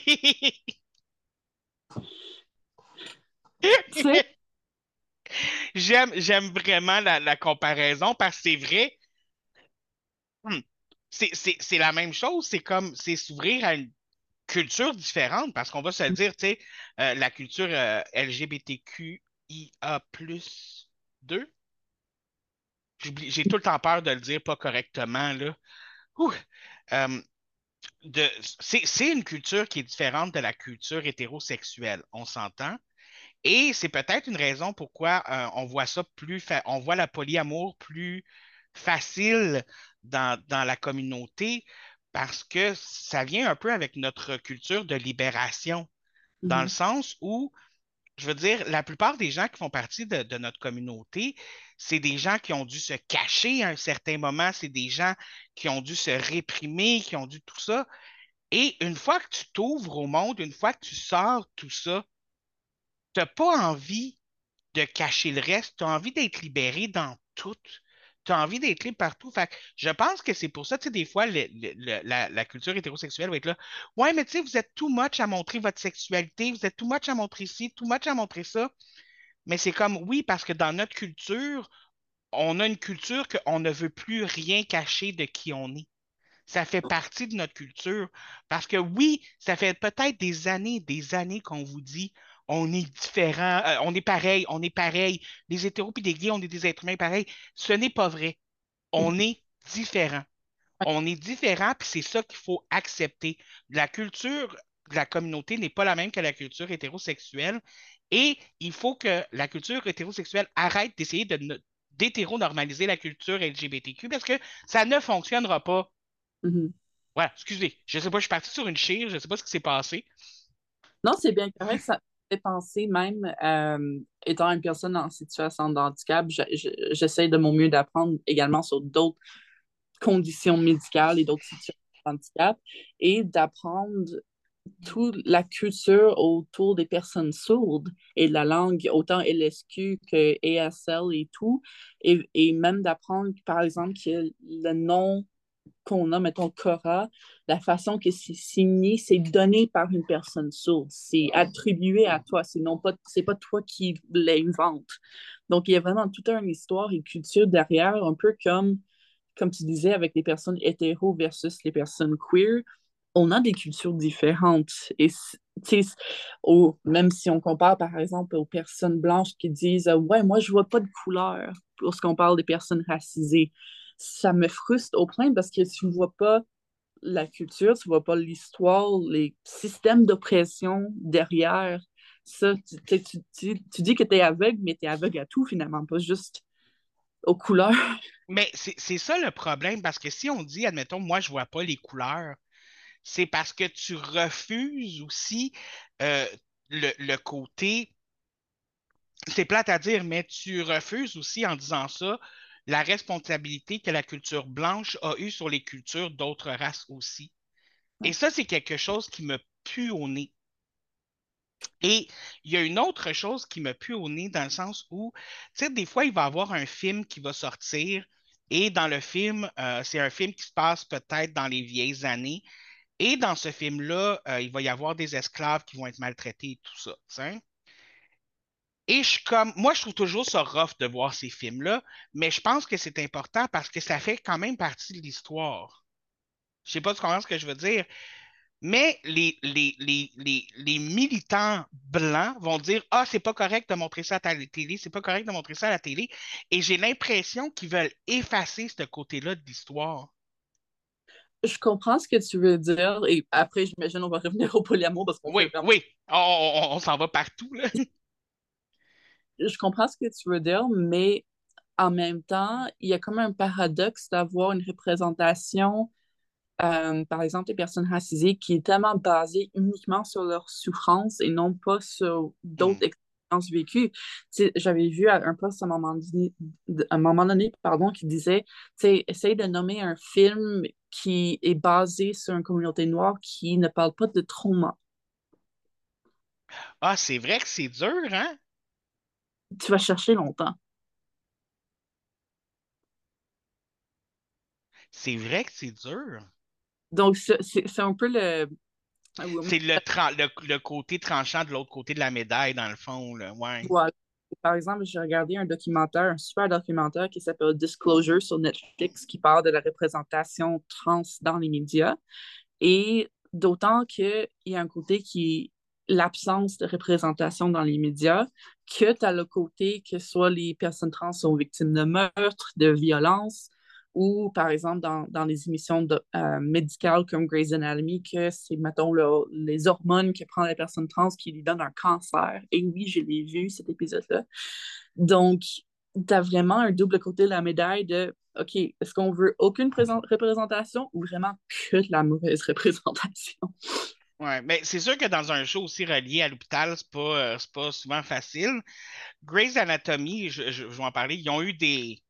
Tu sais? J'aime vraiment la comparaison parce que c'est vrai. Hmm. C'est la même chose. C'est comme, c'est s'ouvrir à une culture différente parce qu'on va se le dire, tu sais, la culture LGBTQIA+2. J'ai tout le temps peur de le dire pas correctement, là. Ouh. Euh, c'est une culture qui est différente de la culture hétérosexuelle, on s'entend. Et c'est peut-être une raison pourquoi on voit ça on voit la polyamour plus facile dans la communauté parce que ça vient un peu avec notre culture de libération, dans le Mhm. sens où, je veux dire, la plupart des gens qui font partie de notre communauté, c'est des gens qui ont dû se cacher à un certain moment, c'est des gens qui ont dû se réprimer, qui ont dû tout ça. Et une fois que tu t'ouvres au monde, une fois que tu sors tout ça, tu n'as pas envie de cacher le reste, tu as envie d'être libéré dans tout. Tu as envie d'être libre partout. Fait que je pense que c'est pour ça, tu sais, des fois, la culture hétérosexuelle va être là. Ouais, mais tu sais, vous êtes too much à montrer votre sexualité, vous êtes too much à montrer ci, too much à montrer ça. Mais c'est comme, oui, parce que dans notre culture, on a une culture qu'on ne veut plus rien cacher de qui on est. Ça fait partie de notre culture. Parce que oui, ça fait peut-être des années qu'on vous dit on est différent, on est pareil, on est pareil. Les hétéros et les gays, on est des êtres humains pareils. Ce n'est pas vrai. On Mhm. est différent. On est différent, puis c'est ça qu'il faut accepter. La culture de la communauté n'est pas la même que la culture hétérosexuelle. Et il faut que la culture hétérosexuelle arrête d'essayer d'hétéronormaliser la culture LGBTQ parce que ça ne fonctionnera pas. Mhm. Ouais, excusez. Je sais pas, je suis parti sur une chire, je sais pas ce qui s'est passé. Non, c'est bien correct. Ça me fait penser même, étant une personne en situation de handicap, j'essaie de mon mieux d'apprendre également sur d'autres conditions médicales et d'autres situations de handicap et d'apprendre toute la culture autour des personnes sourdes et de la langue, autant LSQ que ASL et tout, et même d'apprendre, par exemple, que le nom qu'on a, mettons, Cora, la façon que c'est signé, c'est donné par une personne sourde. C'est attribué à toi. C'est pas toi qui l'invente. Donc, il y a vraiment toute une histoire et culture derrière, un peu comme tu disais, avec les personnes hétéros versus les personnes queer. On a des cultures différentes. Et même si on compare, par exemple, aux personnes blanches qui disent ouais, moi, je vois pas de couleur lorsqu'on parle des personnes racisées, ça me frustre au point parce que tu ne vois pas la culture, tu ne vois pas l'histoire, les systèmes d'oppression derrière ça. Tu dis que tu es aveugle, mais tu es aveugle à tout finalement, pas juste aux couleurs. Mais c'est ça le problème, parce que si on dit, admettons, moi, je vois pas les couleurs, c'est parce que tu refuses aussi euh, le côté, c'est plate à dire, mais tu refuses aussi en disant ça la responsabilité que la culture blanche a eue sur les cultures d'autres races aussi. Et ça, c'est quelque chose qui me pue au nez. Et il y a une autre chose qui me pue au nez dans le sens où, tu sais, des fois, il va y avoir un film qui va sortir et dans le film, c'est un film qui se passe peut-être dans les vieilles années. Et dans ce film-là, il va y avoir des esclaves qui vont être maltraités et tout ça, tu sais. Et moi, je trouve toujours ça rough de voir ces films-là, mais je pense que c'est important parce que ça fait quand même partie de l'histoire. Je sais pas si tu comprends ce que je veux dire. Mais les militants blancs vont dire, ah, c'est pas correct de montrer ça à la télé, c'est pas correct de montrer ça à la télé. Et j'ai l'impression qu'ils veulent effacer ce côté-là de l'histoire. Je comprends ce que tu veux dire. Et après, j'imagine, on va revenir au polyamour parce qu'on Oui, fait vraiment. oui, on s'en va partout, là. Je comprends ce que tu veux dire, mais en même temps, il y a comme un paradoxe d'avoir une représentation, par exemple, des personnes racisées qui est tellement basée uniquement sur leur souffrance et non pas sur d'autres Mhm. expériences expérience vécue. Tu sais, j'avais vu un post à un moment donné, pardon, qui disait, tu sais, essaye de nommer un film qui est basé sur une communauté noire qui ne parle pas de trauma. Ah, c'est vrai que c'est dur, hein? Tu vas chercher longtemps. C'est vrai que c'est dur. Donc, c'est un peu le... C'est le côté tranchant de l'autre côté de la médaille, dans le fond, là. Ouais. Voilà. Par exemple, j'ai regardé un documentaire, un super documentaire qui s'appelle Disclosure sur Netflix, qui parle de la représentation trans dans les médias. Et d'autant qu'il y a un côté qui est l'absence de représentation dans les médias, que tu as le côté que soit les personnes trans sont victimes de meurtres, de violences, ou par exemple dans les émissions médicales comme Grey's Anatomy, que c'est, mettons, les hormones que prend la personne trans qui lui donnent un cancer. Et oui, je l'ai vu, cet épisode-là. Donc, tu as vraiment un double côté de la médaille de OK, est-ce qu'on veut aucune représentation ou vraiment que de la mauvaise représentation? Ouais. Mais c'est sûr que dans un show aussi relié à l'hôpital, c'est pas souvent facile. Grey's Anatomy, je vais en parler, ils ont eu des.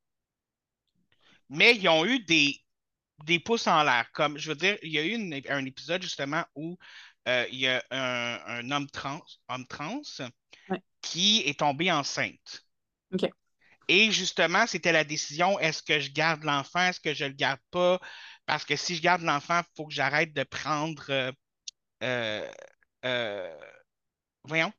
Mais ils ont eu des pouces en l'air. Comme, je veux dire, il y a eu un épisode justement où il y a un homme trans Ouais, qui est tombé enceinte. OK. Et justement, c'était la décision, est-ce que je garde l'enfant, est-ce que je le garde pas? Parce que si je garde l'enfant, il faut que j'arrête de prendre, euh, euh, voyons,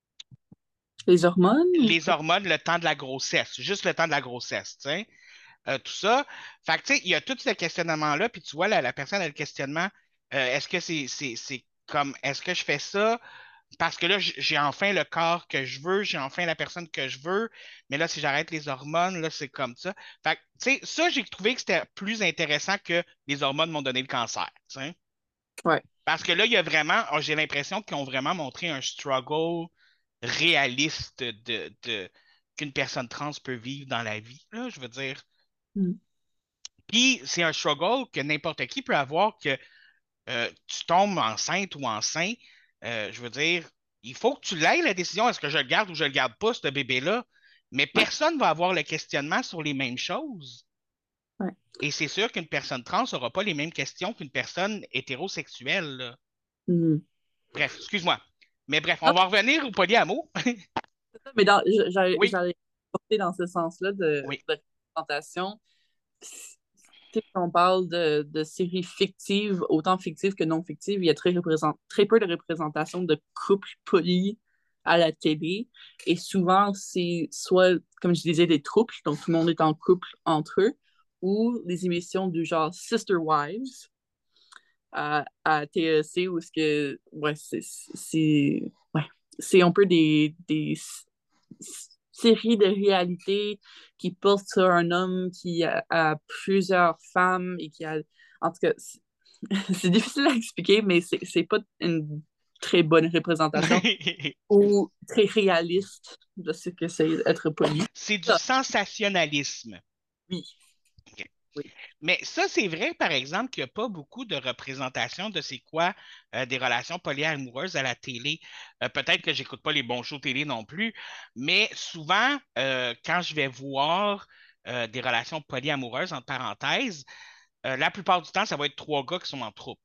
Les hormones ou les hormones le temps de la grossesse, juste le temps de la grossesse, tu sais. Tout ça. Fait que, tu sais, il y a tout ce questionnement-là, puis tu vois, la personne a le questionnement, est-ce que c'est comme, est-ce que je fais ça parce que là, j'ai enfin le corps que je veux, j'ai enfin la personne que je veux, mais là, si j'arrête les hormones, là, c'est comme ça. Fait que, tu sais, ça, j'ai trouvé que c'était plus intéressant que les hormones m'ont donné le cancer, tu sais. ouais. Parce que là, il y a vraiment, j'ai l'impression qu'ils ont vraiment montré un struggle réaliste qu'une personne trans peut vivre dans la vie, là, je veux dire. Mm. Puis c'est un struggle que n'importe qui peut avoir, que tu tombes enceinte ou enceint, je veux dire, il faut que tu l'aies la décision, est-ce que je le garde ou je le garde pas, ce bébé-là? Mais Ouais, personne va avoir le questionnement sur les mêmes choses. ouais. Et c'est sûr qu'une personne trans n'aura pas les mêmes questions qu'une personne hétérosexuelle, là. Mm. Bref, excuse-moi. Mais bref, on Non, va revenir au polyamour. c'est ça, mais Oui, j'allais porter dans ce sens-là oui, de représentation. Tu sais, quand on parle de séries fictives, autant fictives que non fictives, il y a très peu de représentation de couples polis à la télé. Et souvent, c'est soit, comme je disais, des couples, donc tout le monde est en couple entre eux, ou des émissions du genre Sister Wives à TLC où ce que, ouais, ouais, c'est un peu des séries de réalité qui portent sur un homme qui a plusieurs femmes et qui a, en tout cas, c'est difficile à expliquer, mais c'est pas une très bonne représentation oui. ou très réaliste de ce que c'est être poli. C'est du Ça, sensationnalisme. oui, OK. oui. Mais ça, c'est vrai, par exemple, qu'il n'y a pas beaucoup de représentation de c'est quoi des relations polyamoureuses à la télé. Peut-être que j'écoute pas les bons shows télé non plus, mais souvent, quand je vais voir des relations polyamoureuses, entre parenthèses, la plupart du temps, ça va être trois gars qui sont en troupe.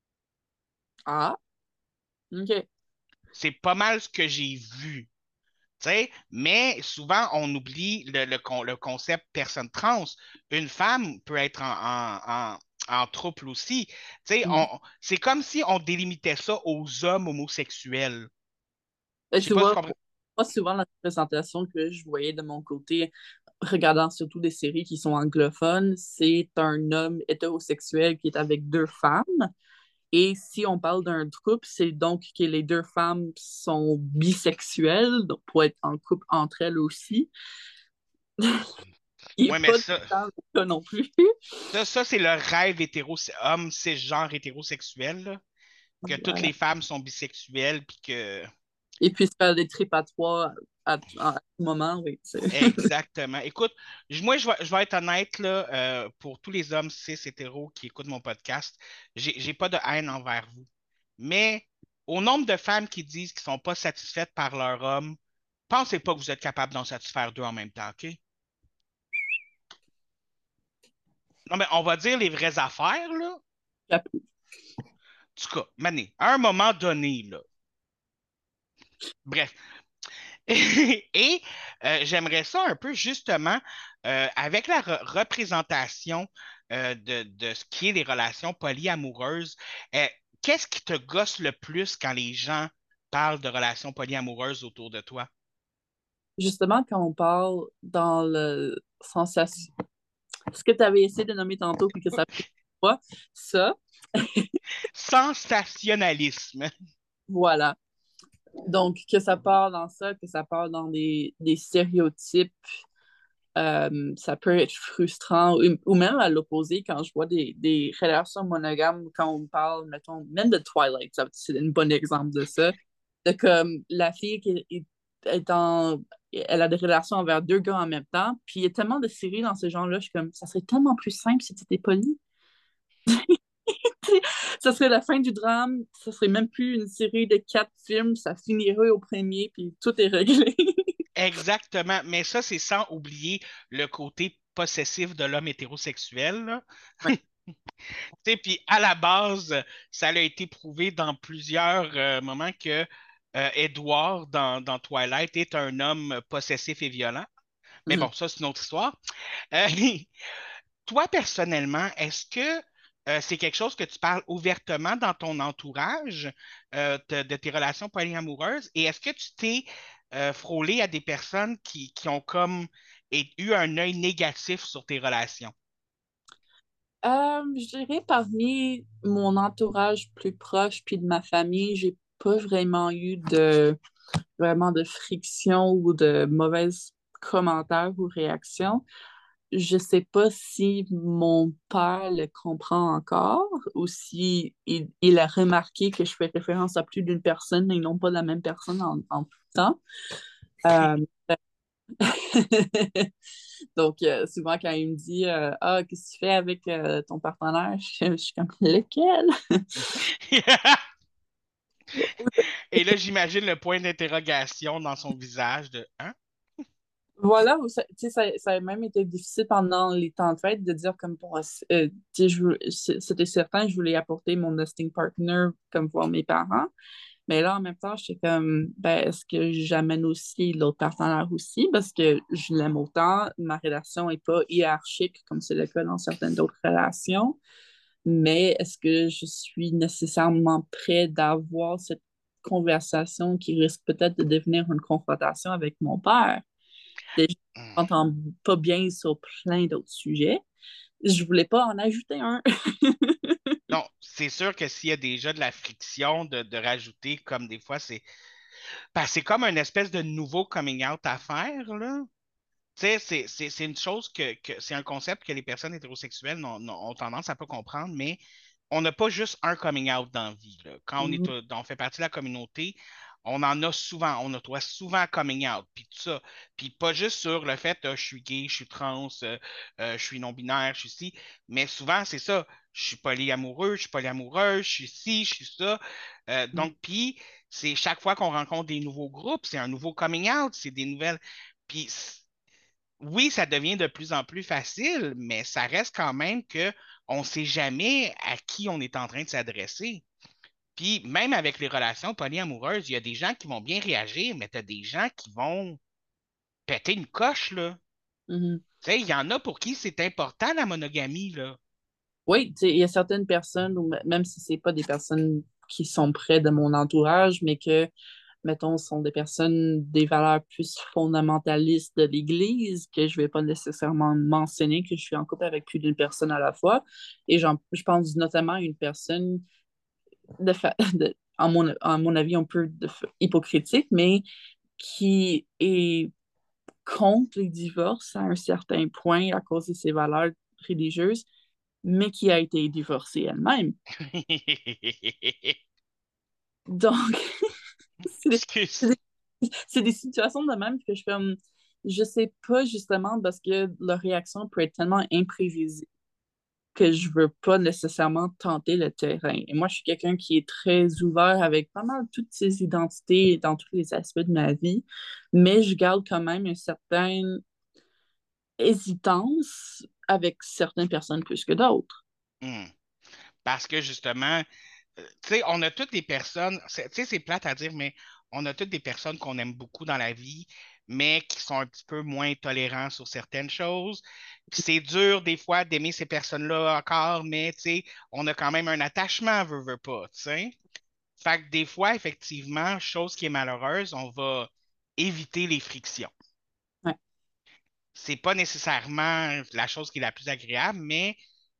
Ah, OK. C'est pas mal ce que j'ai vu. T'sais, mais souvent, on oublie le concept personne trans. Une femme peut être en trouble aussi. Mm. C'est comme si on délimitait ça aux hommes homosexuels. Ben, Je sais tu pas si tu vois, comprends. moi, souvent, la représentation que je voyais de mon côté, regardant surtout des séries qui sont anglophones, c'est un homme hétérosexuel qui est avec deux femmes. Et si on parle d'un couple, c'est donc que les deux femmes sont bisexuelles, donc pour être en couple entre elles aussi. Il n'est Ouais, mais pas tout le temps le cas non plus. ça c'est le rêve homme cisgenre hétérosexuel, là, que toutes Voilà. les femmes sont bisexuelles, puis que Et puis se faire des tripes à trois à tout moment, oui. exactement. Écoute, moi, je vais être honnête, là, pour tous les hommes cis hétéros qui écoutent mon podcast, j'ai pas de haine envers vous. Mais au nombre de femmes qui disent qu'ils sont pas satisfaites par leur homme, Pensez pas que vous êtes capable d'en satisfaire deux en même temps, OK? Non, mais on va dire les vraies affaires, là. J'approuve. En tout cas, Mané, à un moment donné, là. Bref. Et j'aimerais ça un peu justement avec la représentation de ce qui est les relations polyamoureuses. euh, Qu'est-ce qui te gosse le plus quand les gens parlent de relations polyamoureuses autour de toi? Justement, quand on parle dans le sensation, ce que tu avais essayé de nommer tantôt, puis que ça fait pas, ça, Sensationnalisme. voilà. Donc, que ça part dans ça, que ça part dans des stéréotypes, ça peut être frustrant, ou même à l'opposé, quand je vois des relations monogames, quand on parle, mettons, même de Twilight, c'est un bon exemple de ça, de comme la fille qui est elle a des relations envers deux gars en même temps, puis il y a tellement de séries dans ce genre-là, je suis comme, ça serait tellement plus simple si tu étais poli. Ça serait la fin du drame, ça serait même plus une série de 4 films, ça finirait au premier, puis tout est réglé. Exactement. Mais ça, c'est sans oublier le côté possessif de l'homme hétérosexuel, là. Ouais. Tu sais, puis à la base, ça a été prouvé dans plusieurs moments que Edward dans Twilight est un homme possessif et violent. Mais bon, Mhm. ça, c'est une autre histoire. Euh, Toi, personnellement, est-ce que c'est quelque chose que tu parles ouvertement dans ton entourage de tes relations polyamoureuses? Et est-ce que tu t'es frôlé à des personnes qui ont comme eu un œil négatif sur tes relations? Je dirais parmi mon entourage plus proche puis de ma famille, j'ai pas vraiment eu vraiment de friction ou de mauvais commentaires ou réactions. Je sais pas si mon père le comprend encore ou si il a remarqué que je fais référence à plus d'une personne et non pas la même personne en tout temps. Euh, Donc, souvent, quand il me dit Ah, qu'est-ce que tu fais avec ton partenaire? Je suis comme lequel? Et là, j'imagine le point d'interrogation dans son visage de Hein? Voilà, tu sais, ça a même été difficile pendant les temps de fête de dire comme pour, tu sais, c'était certain, je voulais apporter mon nesting partner comme voir mes parents. Mais là, en même temps, j'étais comme, ben, est-ce que j'amène aussi l'autre partenaire aussi? Parce que je l'aime autant. Ma relation n'est pas hiérarchique comme c'est le cas dans certaines d'autres relations. Mais est-ce que je suis nécessairement prêt d'avoir cette conversation qui risque peut-être de devenir une confrontation avec mon père? Déjà, Hmm. on n'entend pas bien sur plein d'autres sujets. Je voulais pas en ajouter un. Non, c'est sûr que s'il y a déjà de la friction de rajouter, comme des fois, c'est comme une espèce de nouveau coming out à faire, là. Tu sais, c'est une chose c'est un concept que les personnes hétérosexuelles ont tendance à pas comprendre, mais on n'a pas juste un coming out dans la vie, là. Quand on fait partie de la communauté, on en a souvent, on a doit souvent coming out, puis tout ça. Puis pas juste sur le fait, je suis gay, je suis trans, je suis non-binaire, je suis ci, mais souvent c'est ça, je suis polyamoureux, je suis polyamoureuse, je suis ci, je suis ça. Donc, puis c'est chaque fois qu'on rencontre des nouveaux groupes, c'est un nouveau coming out, c'est des nouvelles. Puis oui, ça devient de plus en plus facile, mais ça reste quand même que on ne sait jamais à qui on est en train de s'adresser. Puis même avec les relations polyamoureuses, il y a des gens qui vont bien réagir, mais tu as des gens qui vont péter une coche, là. Mhm. Tu sais, il y en a pour qui c'est important la monogamie, là. Oui, tu sais, il y a certaines personnes, ou même si c'est pas des personnes qui sont près de mon entourage, mais que, mettons, sont des personnes des valeurs plus fondamentalistes de l'Église, que je vais pas nécessairement mentionner que je suis en couple avec plus d'une personne à la fois. Et je pense notamment à une personne en mon avis, un peu hypocritique, mais qui est contre les divorces à un certain point à cause de ses valeurs religieuses, mais qui a été divorcée elle-même. Donc, c'est des, c'est Excuse. des- c'est des situations de même que je fais, je sais pas justement parce que leur réaction peut être tellement imprévisible. que je veux pas nécessairement tenter le terrain. Et moi, je suis quelqu'un qui est très ouvert avec pas mal toutes ses identités dans tous les aspects de ma vie, mais je garde quand même une certaine hésitance avec certaines personnes plus que d'autres. Hmm. Parce que justement, tu sais, on a toutes des personnes, tu sais, c'est plate à dire, mais on a toutes des personnes qu'on aime beaucoup dans la vie, mais qui sont un petit peu moins tolérants sur certaines choses. Puis c'est dur des fois d'aimer ces personnes-là encore, mais tu sais, on a quand même un attachement, veut pas, tu sais. Fait que des fois, effectivement, chose qui est malheureuse, on va éviter les frictions. Ouais. C'est pas nécessairement la chose qui est la plus agréable, mais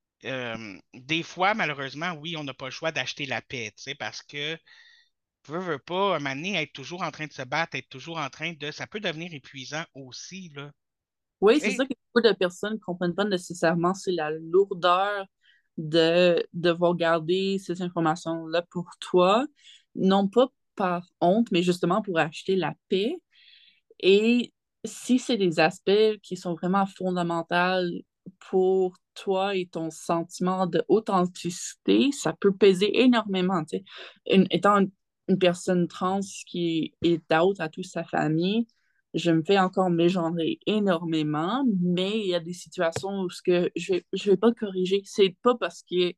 des fois, malheureusement, oui, on n'a pas le choix d'acheter la paix, tu sais, parce que veut pas, un moment donné, être toujours en train de se battre, être toujours en train de. Ça peut devenir épuisant aussi, là. Oui, Tu c'est sais, ça que beaucoup de personnes ne comprennent pas nécessairement, c'est la lourdeur de devoir garder ces informations-là pour toi, non pas par honte, mais justement pour acheter la paix. Et si c'est des aspects qui sont vraiment fondamentaux pour toi et ton sentiment d'authenticité, ça peut peser énormément. Tu sais. Étant une personne trans qui est out à toute sa famille, je me fais encore mégenrer énormément, mais il y a des situations où ce que je vais pas corriger. C'est pas parce qu'ils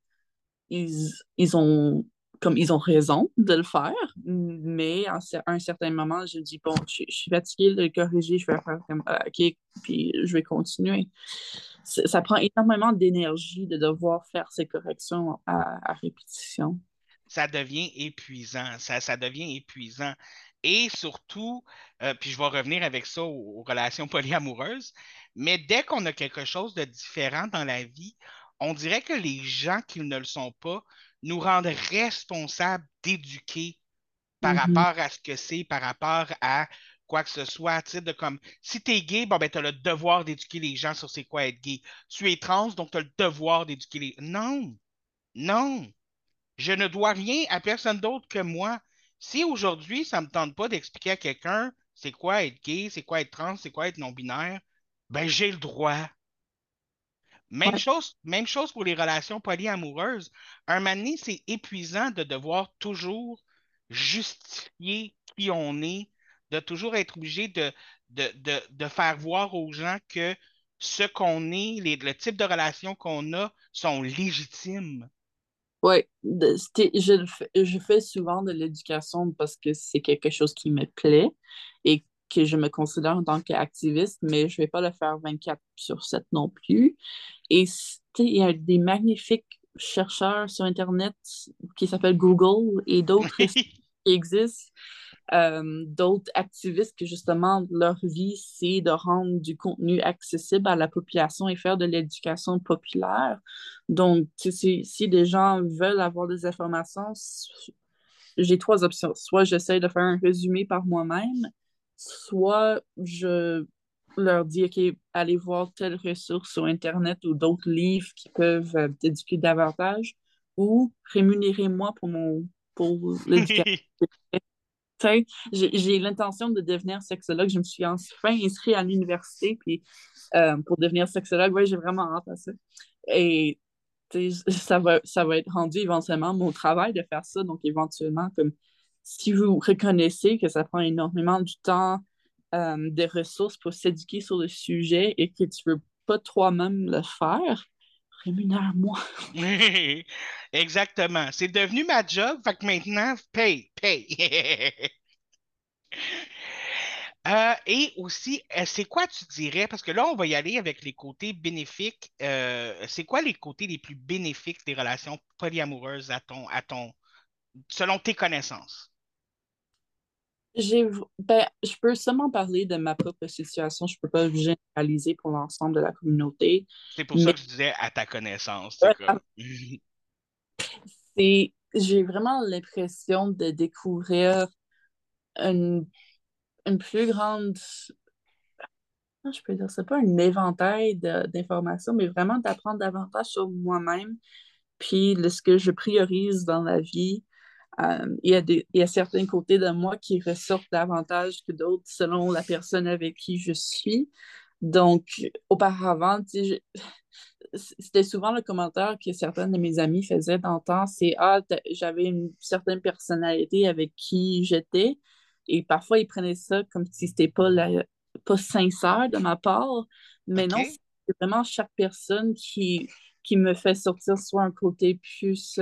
ils ont ils ont raison de le faire, mais à un certain moment, je dis, bon, je suis fatiguée de le corriger, je vais faire comme, OK, puis je vais continuer. Ça prend énormément d'énergie de devoir faire ces corrections à répétition. ça devient épuisant. Ça devient épuisant. Et surtout, puis je vais revenir avec ça aux relations polyamoureuses, mais dès qu'on a quelque chose de différent dans la vie, on dirait que les gens qui ne le sont pas nous rendent responsables d'éduquer par Mhm. rapport à ce que c'est, par rapport à quoi que ce soit, tu sais, de comme, si t'es gay, bon, ben, t'as le devoir d'éduquer les gens sur c'est quoi être gay. Tu es trans, donc t'as le devoir d'éduquer les... Non, non, je ne dois rien à personne d'autre que moi. Si aujourd'hui, ça me tente pas d'expliquer à quelqu'un c'est quoi être gay, c'est quoi être trans, c'est quoi être non-binaire, ben, j'ai le droit. Ouais. Même chose pour les relations polyamoureuses. Un moment donné, c'est épuisant de devoir toujours justifier qui on est, de toujours être obligé de faire voir aux gens que ce qu'on est, le type de relations qu'on a sont légitimes. Oui, je fais souvent de l'éducation parce que c'est quelque chose qui me plaît et que je me considère en tant qu'activiste, mais je ne vais pas le faire 24 sur 7 non plus. Et il y a des magnifiques chercheurs sur Internet qui s'appellent Google et d'autres qui existent, d'autres activistes que justement leur vie, c'est de rendre du contenu accessible à la population et faire de l'éducation populaire. Donc, si des gens veulent avoir des informations, j'ai trois options. Soit j'essaie de faire un résumé par moi-même, soit je leur dis, OK, allez voir telle ressource sur Internet ou d'autres livres qui peuvent t'éduquer davantage, ou rémunérez-moi pour l'éducation. Tu sais, j'ai l'intention de devenir sexologue. Je me suis enfin inscrite à l'université puis, pour devenir sexologue. Ouais, j'ai vraiment hâte à ça. Et tu sais, ça va être rendu éventuellement mon travail de faire ça. Donc, éventuellement, comme si vous reconnaissez que ça prend énormément du temps, des ressources pour s'éduquer sur le sujet et que tu veux pas toi-même le faire, rémunère-moi. Exactement. C'est devenu ma job, fait que maintenant, paye. Et aussi, c'est quoi tu dirais, parce que là, on va y aller avec les côtés bénéfiques. C'est quoi les côtés les plus bénéfiques des relations polyamoureuses selon tes connaissances? Je peux seulement parler de ma propre situation. Je peux pas généraliser pour l'ensemble de la communauté. C'est pour ça Mais que je disais à ta connaissance, c'est ouais, comme. j'ai vraiment l'impression de découvrir une, une plus grande, je peux dire, c'est pas un éventail d'informations, mais vraiment d'apprendre davantage sur moi-même, puis ce que je priorise dans la vie. Il y a certains côtés de moi qui ressortent davantage que d'autres selon la personne avec qui je suis. Donc, auparavant, tu sais, c'était souvent le commentaire que certains de mes amis faisaient dans le temps, c'est «Ah, j'avais une certaine personnalité avec qui j'étais». Et parfois, ils prenaient ça comme si c'était pas sincère de ma part. Mais non, OK? c'est vraiment chaque personne qui me fait sortir soit un côté plus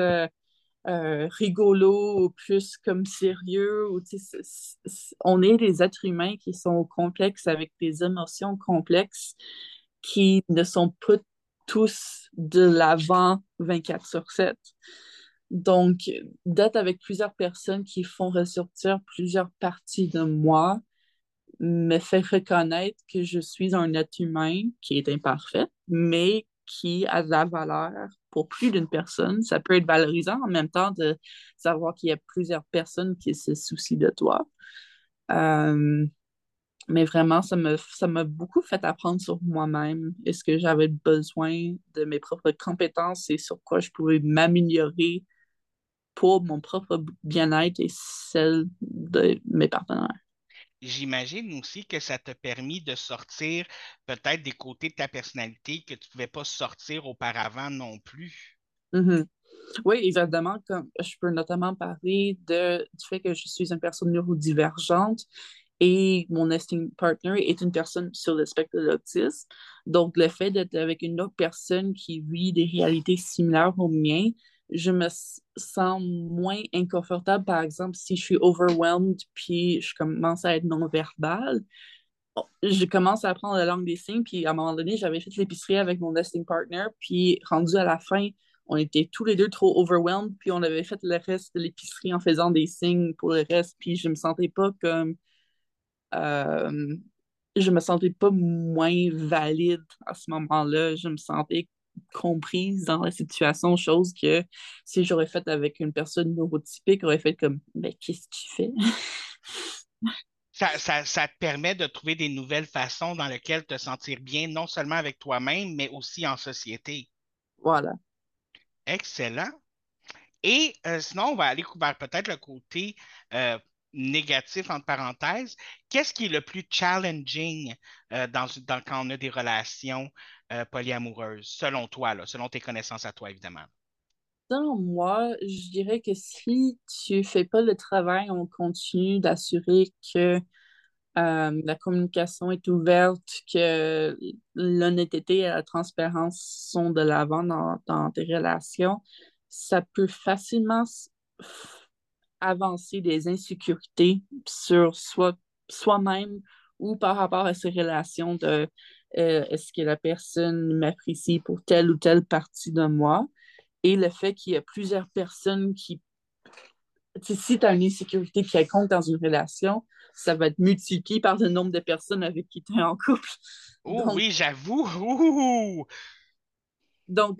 rigolo ou plus comme sérieux. Ou, tu sais, on est des êtres humains qui sont complexes avec des émotions complexes qui ne sont pas tous de l'avant 24/7. Donc, d'être avec plusieurs personnes qui font ressortir plusieurs parties de moi me fait reconnaître que je suis un être humain qui est imparfait, mais qui a de la valeur pour plus d'une personne. Ça peut être valorisant en même temps de savoir qu'il y a plusieurs personnes qui se soucient de toi. Euh, mais vraiment, ça m'a beaucoup fait apprendre sur moi-même et ce que j'avais besoin de mes propres compétences et sur quoi je pouvais m'améliorer pour mon propre bien-être et celle de mes partenaires. J'imagine aussi que ça t'a permis de sortir peut-être des côtés de ta personnalité que tu ne pouvais pas sortir auparavant non plus. Mhm. Oui, évidemment, comme je peux notamment parler du fait que je suis une personne neurodivergente et mon nesting partner est une personne sur le spectre de l'autisme. Donc, le fait d'être avec une autre personne qui vit des réalités similaires aux miennes, je me sens moins inconfortable, par exemple, si je suis overwhelmed puis je commence à être non-verbale. Je commence à apprendre la langue des signes, puis à un moment donné, j'avais fait l'épicerie avec mon nesting partner, puis rendu à la fin, on était tous les deux trop overwhelmed, puis on avait fait le reste de l'épicerie en faisant des signes pour le reste, puis je me sentais pas comme... euh, je me sentais pas moins valide à ce moment-là. Je me sentais comprise dans la situation, chose que si j'aurais fait avec une personne neurotypique, aurait fait comme, mais qu'est-ce que tu fais? Ça te permet de trouver des nouvelles façons dans lesquelles te sentir bien, non seulement avec toi-même, mais aussi en société. Voilà. Excellent. Et sinon, on va aller vers peut-être le côté euh, négatif, entre parenthèses. Qu'est-ce qui est le plus challenging quand on a des relations polyamoureuses, selon toi, là, selon tes connaissances à toi, évidemment? Selon moi, je dirais que si tu fais pas le travail on continue d'assurer que la communication est ouverte, que l'honnêteté et la transparence sont de l'avant dans tes relations, ça peut facilement avancer des insécurités sur soi-même ou par rapport à ses relations de est-ce que la personne m'apprécie pour telle ou telle partie de moi. Et le fait qu'il y a plusieurs personnes qui... Si tu as une insécurité quelconque dans une relation, ça va être multiplié par le nombre de personnes avec qui tu es en couple. Oh Donc, oui, j'avoue. Ouh! donc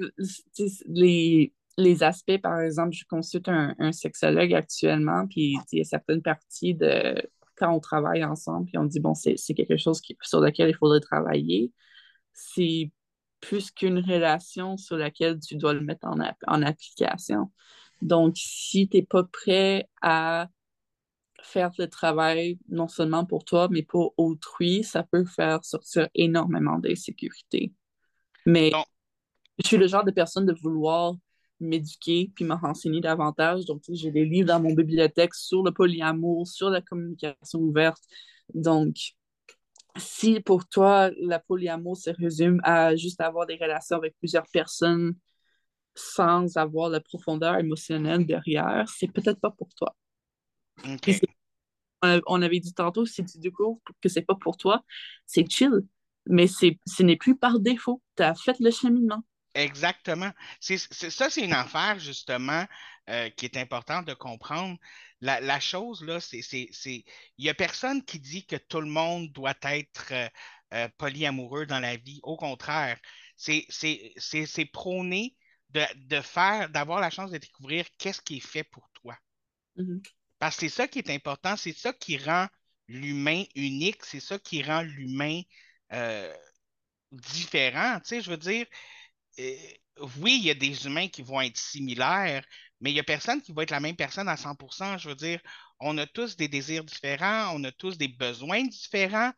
les aspects, par exemple, je consulte un sexologue actuellement, puis il y a certaines parties de quand on travaille ensemble, puis on dit, bon, c'est quelque chose sur lequel il faudrait travailler. C'est plus qu'une relation sur laquelle tu dois le mettre en application. Donc, si tu n'es pas prêt à faire le travail, non seulement pour toi, mais pour autrui, ça peut faire sortir énormément d'insécurité. Mais Donc, je suis le genre de personne de vouloir m'éduquer puis me renseigner davantage. Donc, tu sais, j'ai des livres dans mon bibliothèque sur le polyamour, sur la communication ouverte. Donc, si pour toi, la polyamour se résume à juste avoir des relations avec plusieurs personnes sans avoir la profondeur émotionnelle derrière, c'est peut-être pas pour toi. Puis OK. on avait dit tantôt, si tu découvres que c'est pas pour toi, c'est chill. Mais ce n'est plus par défaut. Tu as fait le cheminement. Exactement. Ça, c'est une affaire, justement, qui est importante de comprendre. La chose, là, il n'y a personne qui dit que tout le monde doit être polyamoureux dans la vie. Au contraire, c'est prôner d'avoir la chance de découvrir qu'est-ce qui est fait pour toi. Mhm. Parce que c'est ça qui est important, c'est ça qui rend l'humain unique, c'est ça qui rend l'humain euh, différent. Tu sais, je veux dire, euh, oui, il y a des humains qui vont être similaires, mais il n'y a personne qui va être la même personne à 100%. Je veux dire, on a tous des désirs différents, on a tous des besoins différents.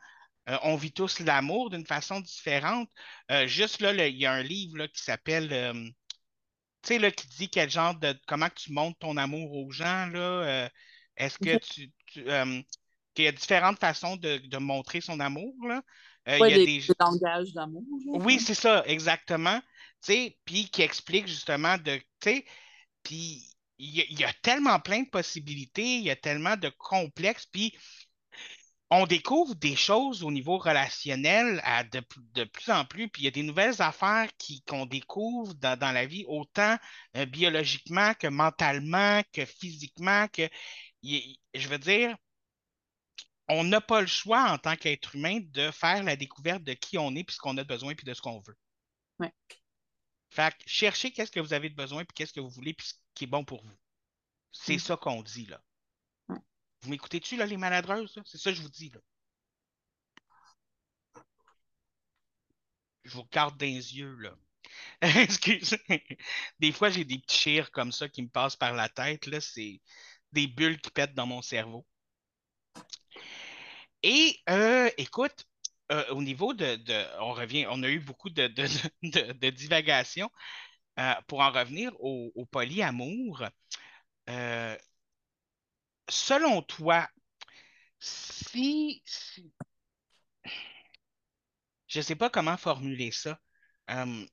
On vit tous l'amour d'une façon différente. Juste là, il y a un livre là, qui s'appelle, tu sais, là, qui dit quel genre de, comment que tu montres ton amour aux gens, là. Est-ce que Ok. qu'il y a différentes façons de montrer son amour, là. Il Ouais, y a des, des langages d'amour, genre, oui, ouais. c'est ça, exactement. Tu sais, puis qui explique justement de, tu sais, puis il y a tellement plein de possibilités, il y a tellement de complexes, puis on découvre des choses au niveau relationnel de plus en plus, puis il y a des nouvelles affaires qu'on découvre dans la vie, autant biologiquement que mentalement, que physiquement, je veux dire, on n'a pas le choix en tant qu'être humain de faire la découverte de qui on est, puis ce qu'on a besoin, puis de ce qu'on veut. Ouais. Fait que cherchez qu'est-ce que vous avez de besoin, puis qu'est-ce que vous voulez, puis ce qui est bon pour vous. C'est Mm. ça qu'on dit, là. Ouais. Vous m'écoutez-tu, là, les maladreuses, là? C'est ça que je vous dis, là. Je vous regarde dans les yeux, là. Excusez. Des fois, j'ai des petits chires comme ça qui me passent par la tête, là. C'est des bulles qui pètent dans mon cerveau. Et, écoute, au niveau on revient, on a eu beaucoup de divagations. Pour en revenir au polyamour, euh, selon toi, si je ne sais pas comment formuler ça. Euh,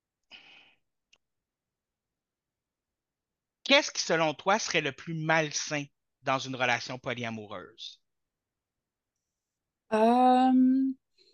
Qu'est-ce qui, selon toi, serait le plus malsain dans une relation polyamoureuse? Euh,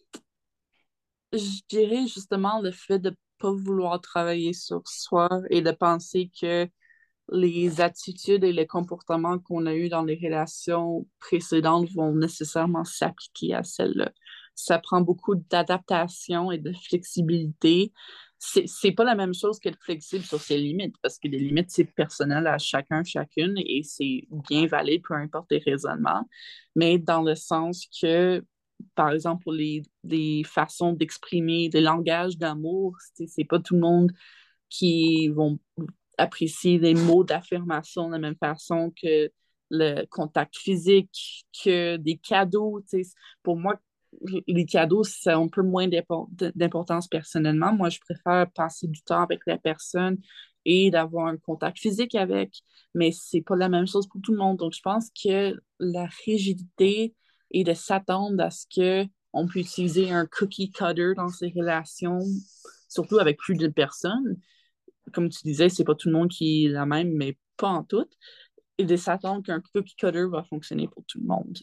je dirais justement le fait de pas vouloir travailler sur soi et de penser que les attitudes et les comportements qu'on a eus dans les relations précédentes vont nécessairement s'appliquer à celle-là. Ça prend beaucoup d'adaptation et de flexibilité. C'est pas la même chose qu'être flexible sur ses limites, parce que les limites, c'est personnel à chacun, chacune, et c'est bien valide, peu importe les raisonnements. Mais dans le sens que, par exemple, pour les façons d'exprimer, des langages d'amour, c'est pas tout le monde qui vont apprécier les mots d'affirmation de la même façon que le contact physique, que des cadeaux. Pour moi, les cadeaux, ça a un peu moins d'importance personnellement. Moi, je préfère passer du temps avec la personne et d'avoir un contact physique avec, mais c'est pas la même chose pour tout le monde. Donc, je pense que la rigidité et de s'attendre à ce que on peut utiliser un cookie cutter dans ces relations, surtout avec plus de personnes, comme tu disais, c'est pas tout le monde qui est la même, mais pas en tout. Et de s'attendre qu'un cookie cutter va fonctionner pour tout le monde.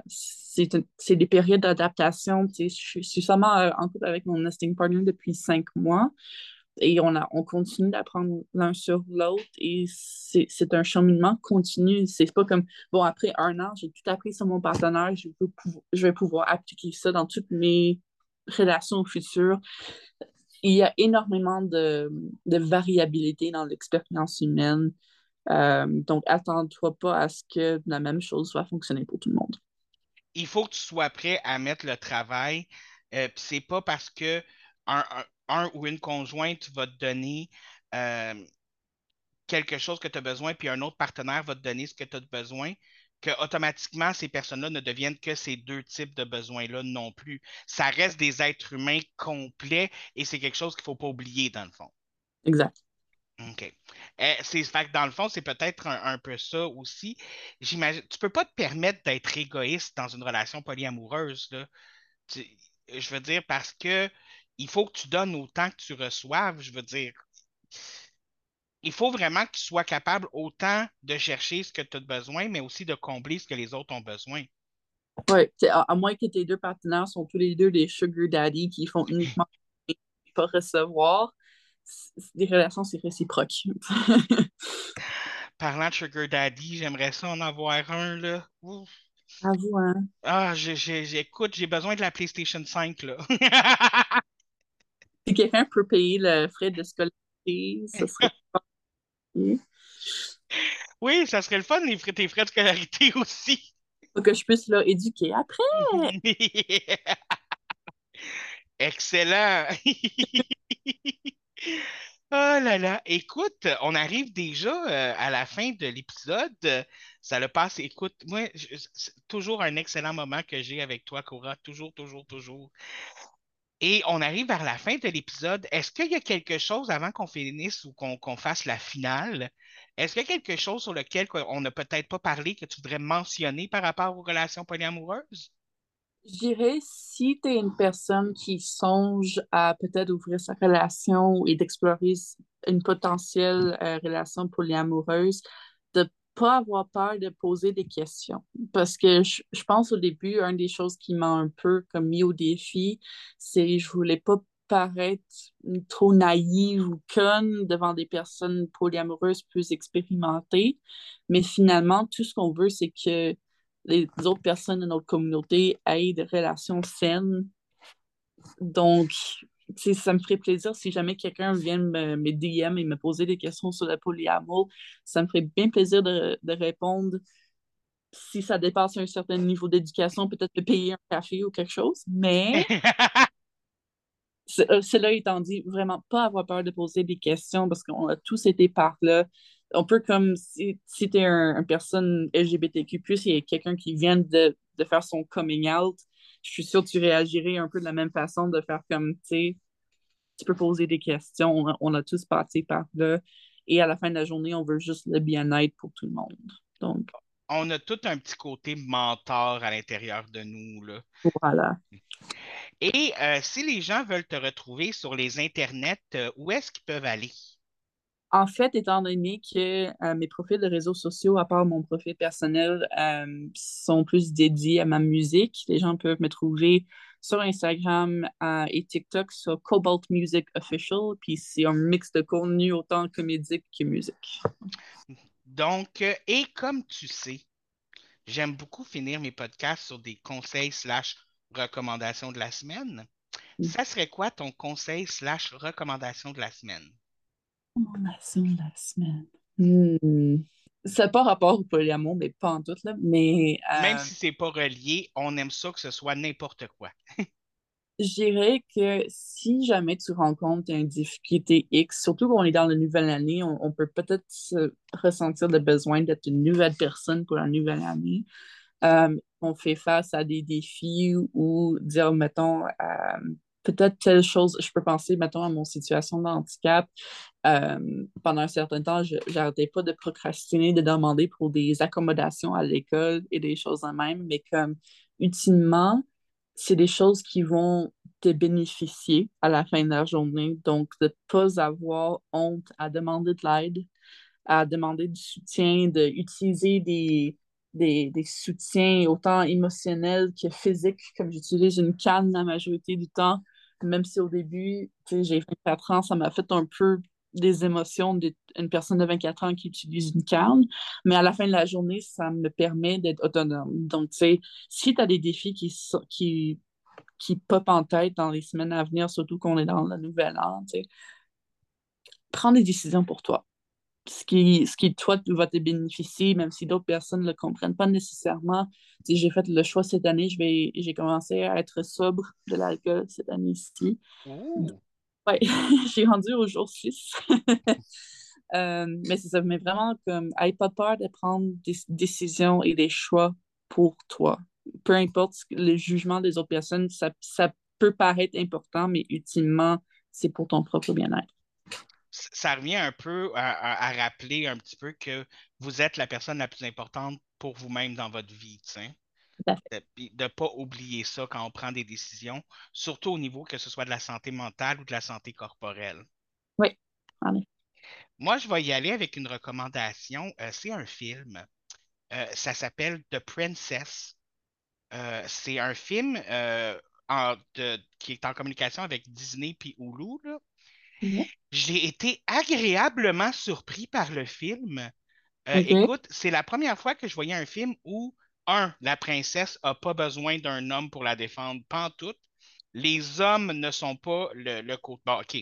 C'est des périodes d'adaptation. Je suis seulement en couple avec mon nesting partner depuis 5 mois et on continue d'apprendre l'un sur l'autre et c'est un cheminement continu. C'est pas comme, bon, après 1 an, j'ai tout appris sur mon partenaire, je vais pouvoir appliquer ça dans toutes mes relations futures. Il y a énormément de variabilité dans l'expérience humaine. Donc, attends-toi pas à ce que la même chose va fonctionner pour tout le monde. Il faut que tu sois prêt à mettre le travail. Puis c'est pas parce que un ou une conjointe va te donner euh, quelque chose que tu as besoin, puis un autre partenaire va te donner ce que tu as besoin, que automatiquement ces personnes-là ne deviennent que ces deux types de besoins-là non plus. Ça reste des êtres humains complets et c'est quelque chose qu'il ne faut pas oublier dans le fond. Exact. OK. Fait que dans le fond, c'est peut-être un peu ça aussi. J'imagine, tu peux pas te permettre d'être égoïste dans une relation polyamoureuse, là. Tu- je veux dire, parce que il faut que tu donnes autant que tu reçoives. Je veux dire, il faut vraiment que tu sois capable autant de chercher ce que tu as besoin, mais aussi de combler ce que les autres ont besoin. Ouais, à moins que tes deux partenaires sont tous les deux des sugar daddy qui font uniquement et pas recevoir, des relations, c'est réciproque. Parlant de Sugar Daddy, j'aimerais ça en avoir un, là. Ouf. À vous, hein. Ah, écoute, j'ai besoin de la PlayStation 5, là. Si quelqu'un peut payer le frais de scolarité, ce serait mieux. Oui, ça serait le fun, tes frais de scolarité aussi. Pour que je puisse l'éduquer après. Excellent. Oh là là, écoute, on arrive déjà à la fin de l'épisode. Ça le passe. Écoute, moi, c'est toujours un excellent moment que j'ai avec toi, Cora. Toujours, toujours, toujours. Et on arrive vers la fin de l'épisode. Est-ce qu'il y a quelque chose avant qu'on finisse ou qu'on fasse la finale? Est-ce qu'il y a quelque chose sur lequel on n'a peut-être pas parlé que tu voudrais mentionner par rapport aux relations polyamoureuses? Je dirais, si tu es une personne qui songe à peut-être ouvrir sa relation et d'explorer une potentielle relation polyamoureuse, de pas avoir peur de poser des questions. Parce que je pense au début, une des choses qui m'a un peu comme mis au défi, c'est je voulais pas paraître trop naïve ou conne devant des personnes polyamoureuses plus expérimentées. Mais finalement, tout ce qu'on veut, c'est que les autres personnes de notre communauté aient des relations saines. Donc, ça me ferait plaisir si jamais quelqu'un vient me DM et me poser des questions sur le polyamour. Ça me ferait bien plaisir de répondre. Si ça dépasse un certain niveau d'éducation, peut-être de payer un café ou quelque chose. Mais cela étant dit, vraiment pas avoir peur de poser des questions parce qu'on a tous été par là. Un peu comme si tu es une personne LGBTQ+, et quelqu'un qui vient de faire son coming out, je suis sûre que tu réagirais un peu de la même façon de faire comme, tu sais, tu peux poser des questions. On a tous passé par là. Et à la fin de la journée, on veut juste le bien-être pour tout le monde. Donc, On a tout un petit côté mentor à l'intérieur de nous, là. voilà. Et si les gens veulent te retrouver sur les internets, où est-ce qu'ils peuvent aller? En fait, étant donné que mes profils de réseaux sociaux, à part mon profil personnel, sont plus dédiés à ma musique, les gens peuvent me trouver sur Instagram et TikTok sur Cobalt Music Official, puis c'est un mix de contenu autant comédique que musique. Donc, et comme tu sais, j'aime beaucoup finir mes podcasts sur des conseils slash recommandations de la semaine. Ça serait quoi ton conseil slash recommandation de la semaine? Recommandation de la semaine. Hmm. Ça n'a pas rapport au polyamour, mais pas en tout, là. Mais Même si c'est pas relié, on aime ça que ce soit n'importe quoi. je dirais que si jamais tu rencontres une difficulté X, surtout qu'on est dans la nouvelle année, on peut peut-être ressentir le besoin d'être une nouvelle personne pour la nouvelle année. On fait face à des défis ou dire, mettons, peut-être telle chose, je peux penser, mettons, à mon situation de handicap. Pendant un certain temps, je n'arrêtais pas de procrastiner, de demander pour des accommodations à l'école et des choses en même, mais comme ultimement, c'est des choses qui vont te bénéficier à la fin de la journée. Donc, de ne pas avoir honte à demander de l'aide, à demander du soutien, d'utiliser des soutiens autant émotionnels que physiques, comme j'utilise une canne la majorité du temps, même si au début, tu sais, j'ai 24 ans, ça m'a fait un peu des émotions d'une personne de 24 ans qui utilise une canne, mais à la fin de la journée, ça me permet d'être autonome. Donc, tu sais, si tu as des défis qui pop en tête dans les semaines à venir, surtout qu'on est dans le nouvel an, tu sais, prends des décisions pour toi. Toi, va te bénéficier, même si d'autres personnes ne le comprennent pas nécessairement. Tu sais, j'ai fait le choix cette année, j'ai commencé à être sobre de l'alcool cette année-ci. Ouh! Ouais, j'ai rendu au jour 6. Mais c'est ça, mais vraiment, comme, aie pas peur de prendre des décisions et des choix pour toi. Peu importe le jugement des autres personnes, ça peut paraître important, mais ultimement, c'est pour ton propre bien-être. Ça revient un peu à rappeler un petit peu que vous êtes la personne la plus importante pour vous-même dans votre vie, tu sais. Tout à fait. De ne pas oublier ça quand on prend des décisions, surtout au niveau que ce soit de la santé mentale ou de la santé corporelle. Oui, en effet. Moi, je vais y aller avec une recommandation. C'est un film. Ça s'appelle The Princess. C'est un film qui est en communication avec Disney puis Hulu, là. Yeah. J'ai été agréablement surpris par le film. OK. Écoute, c'est la première fois que je voyais un film où, la princesse a pas besoin d'un homme pour la défendre, pantoute. Les hommes ne sont pas le côté. Bon, OK.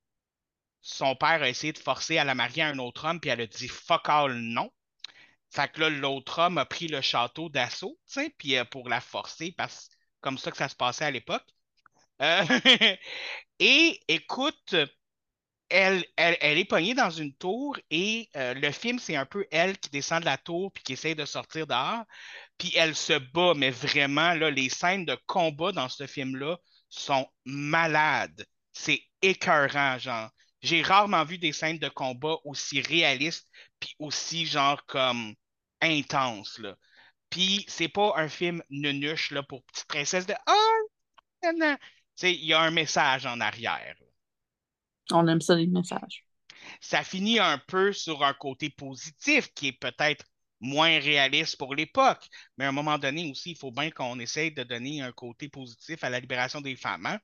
Son père a essayé de forcer à la marier à un autre homme, puis elle a dit fuck all non. Fait que là, l'autre homme a pris le château d'assaut, tu sais, puis pour la forcer, parce que comme ça que ça se passait à l'époque. Euh, et écoute, elle est pognée dans une tour et le film, c'est un peu elle qui descend de la tour puis qui essaie de sortir dehors. Puis elle se bat, mais vraiment, là, les scènes de combat dans ce film-là sont malades. C'est écœurant, genre. J'ai rarement vu des scènes de combat aussi réalistes puis aussi, genre, comme intenses, là. Puis c'est pas un film nunuche, là, pour petite princesse de «Oh, non, non. Tu sais, il y a un message en arrière. On aime ça, les messages. Ça finit un peu sur un côté positif qui est peut-être moins réaliste pour l'époque. Mais à un moment donné aussi, il faut bien qu'on essaye de donner un côté positif à la libération des femmes. Hein?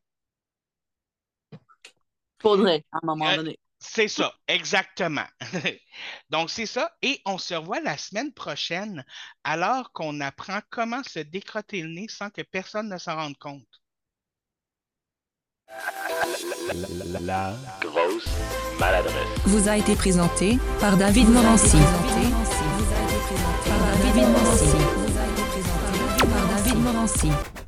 Faudrait, à un moment donné. C'est ça, exactement. Donc, c'est ça. Et on se revoit la semaine prochaine alors qu'on apprend comment se décrotter le nez sans que personne ne s'en rende compte. La grosse maladresse. Vous a été présenté par David Morancy. David Morancy.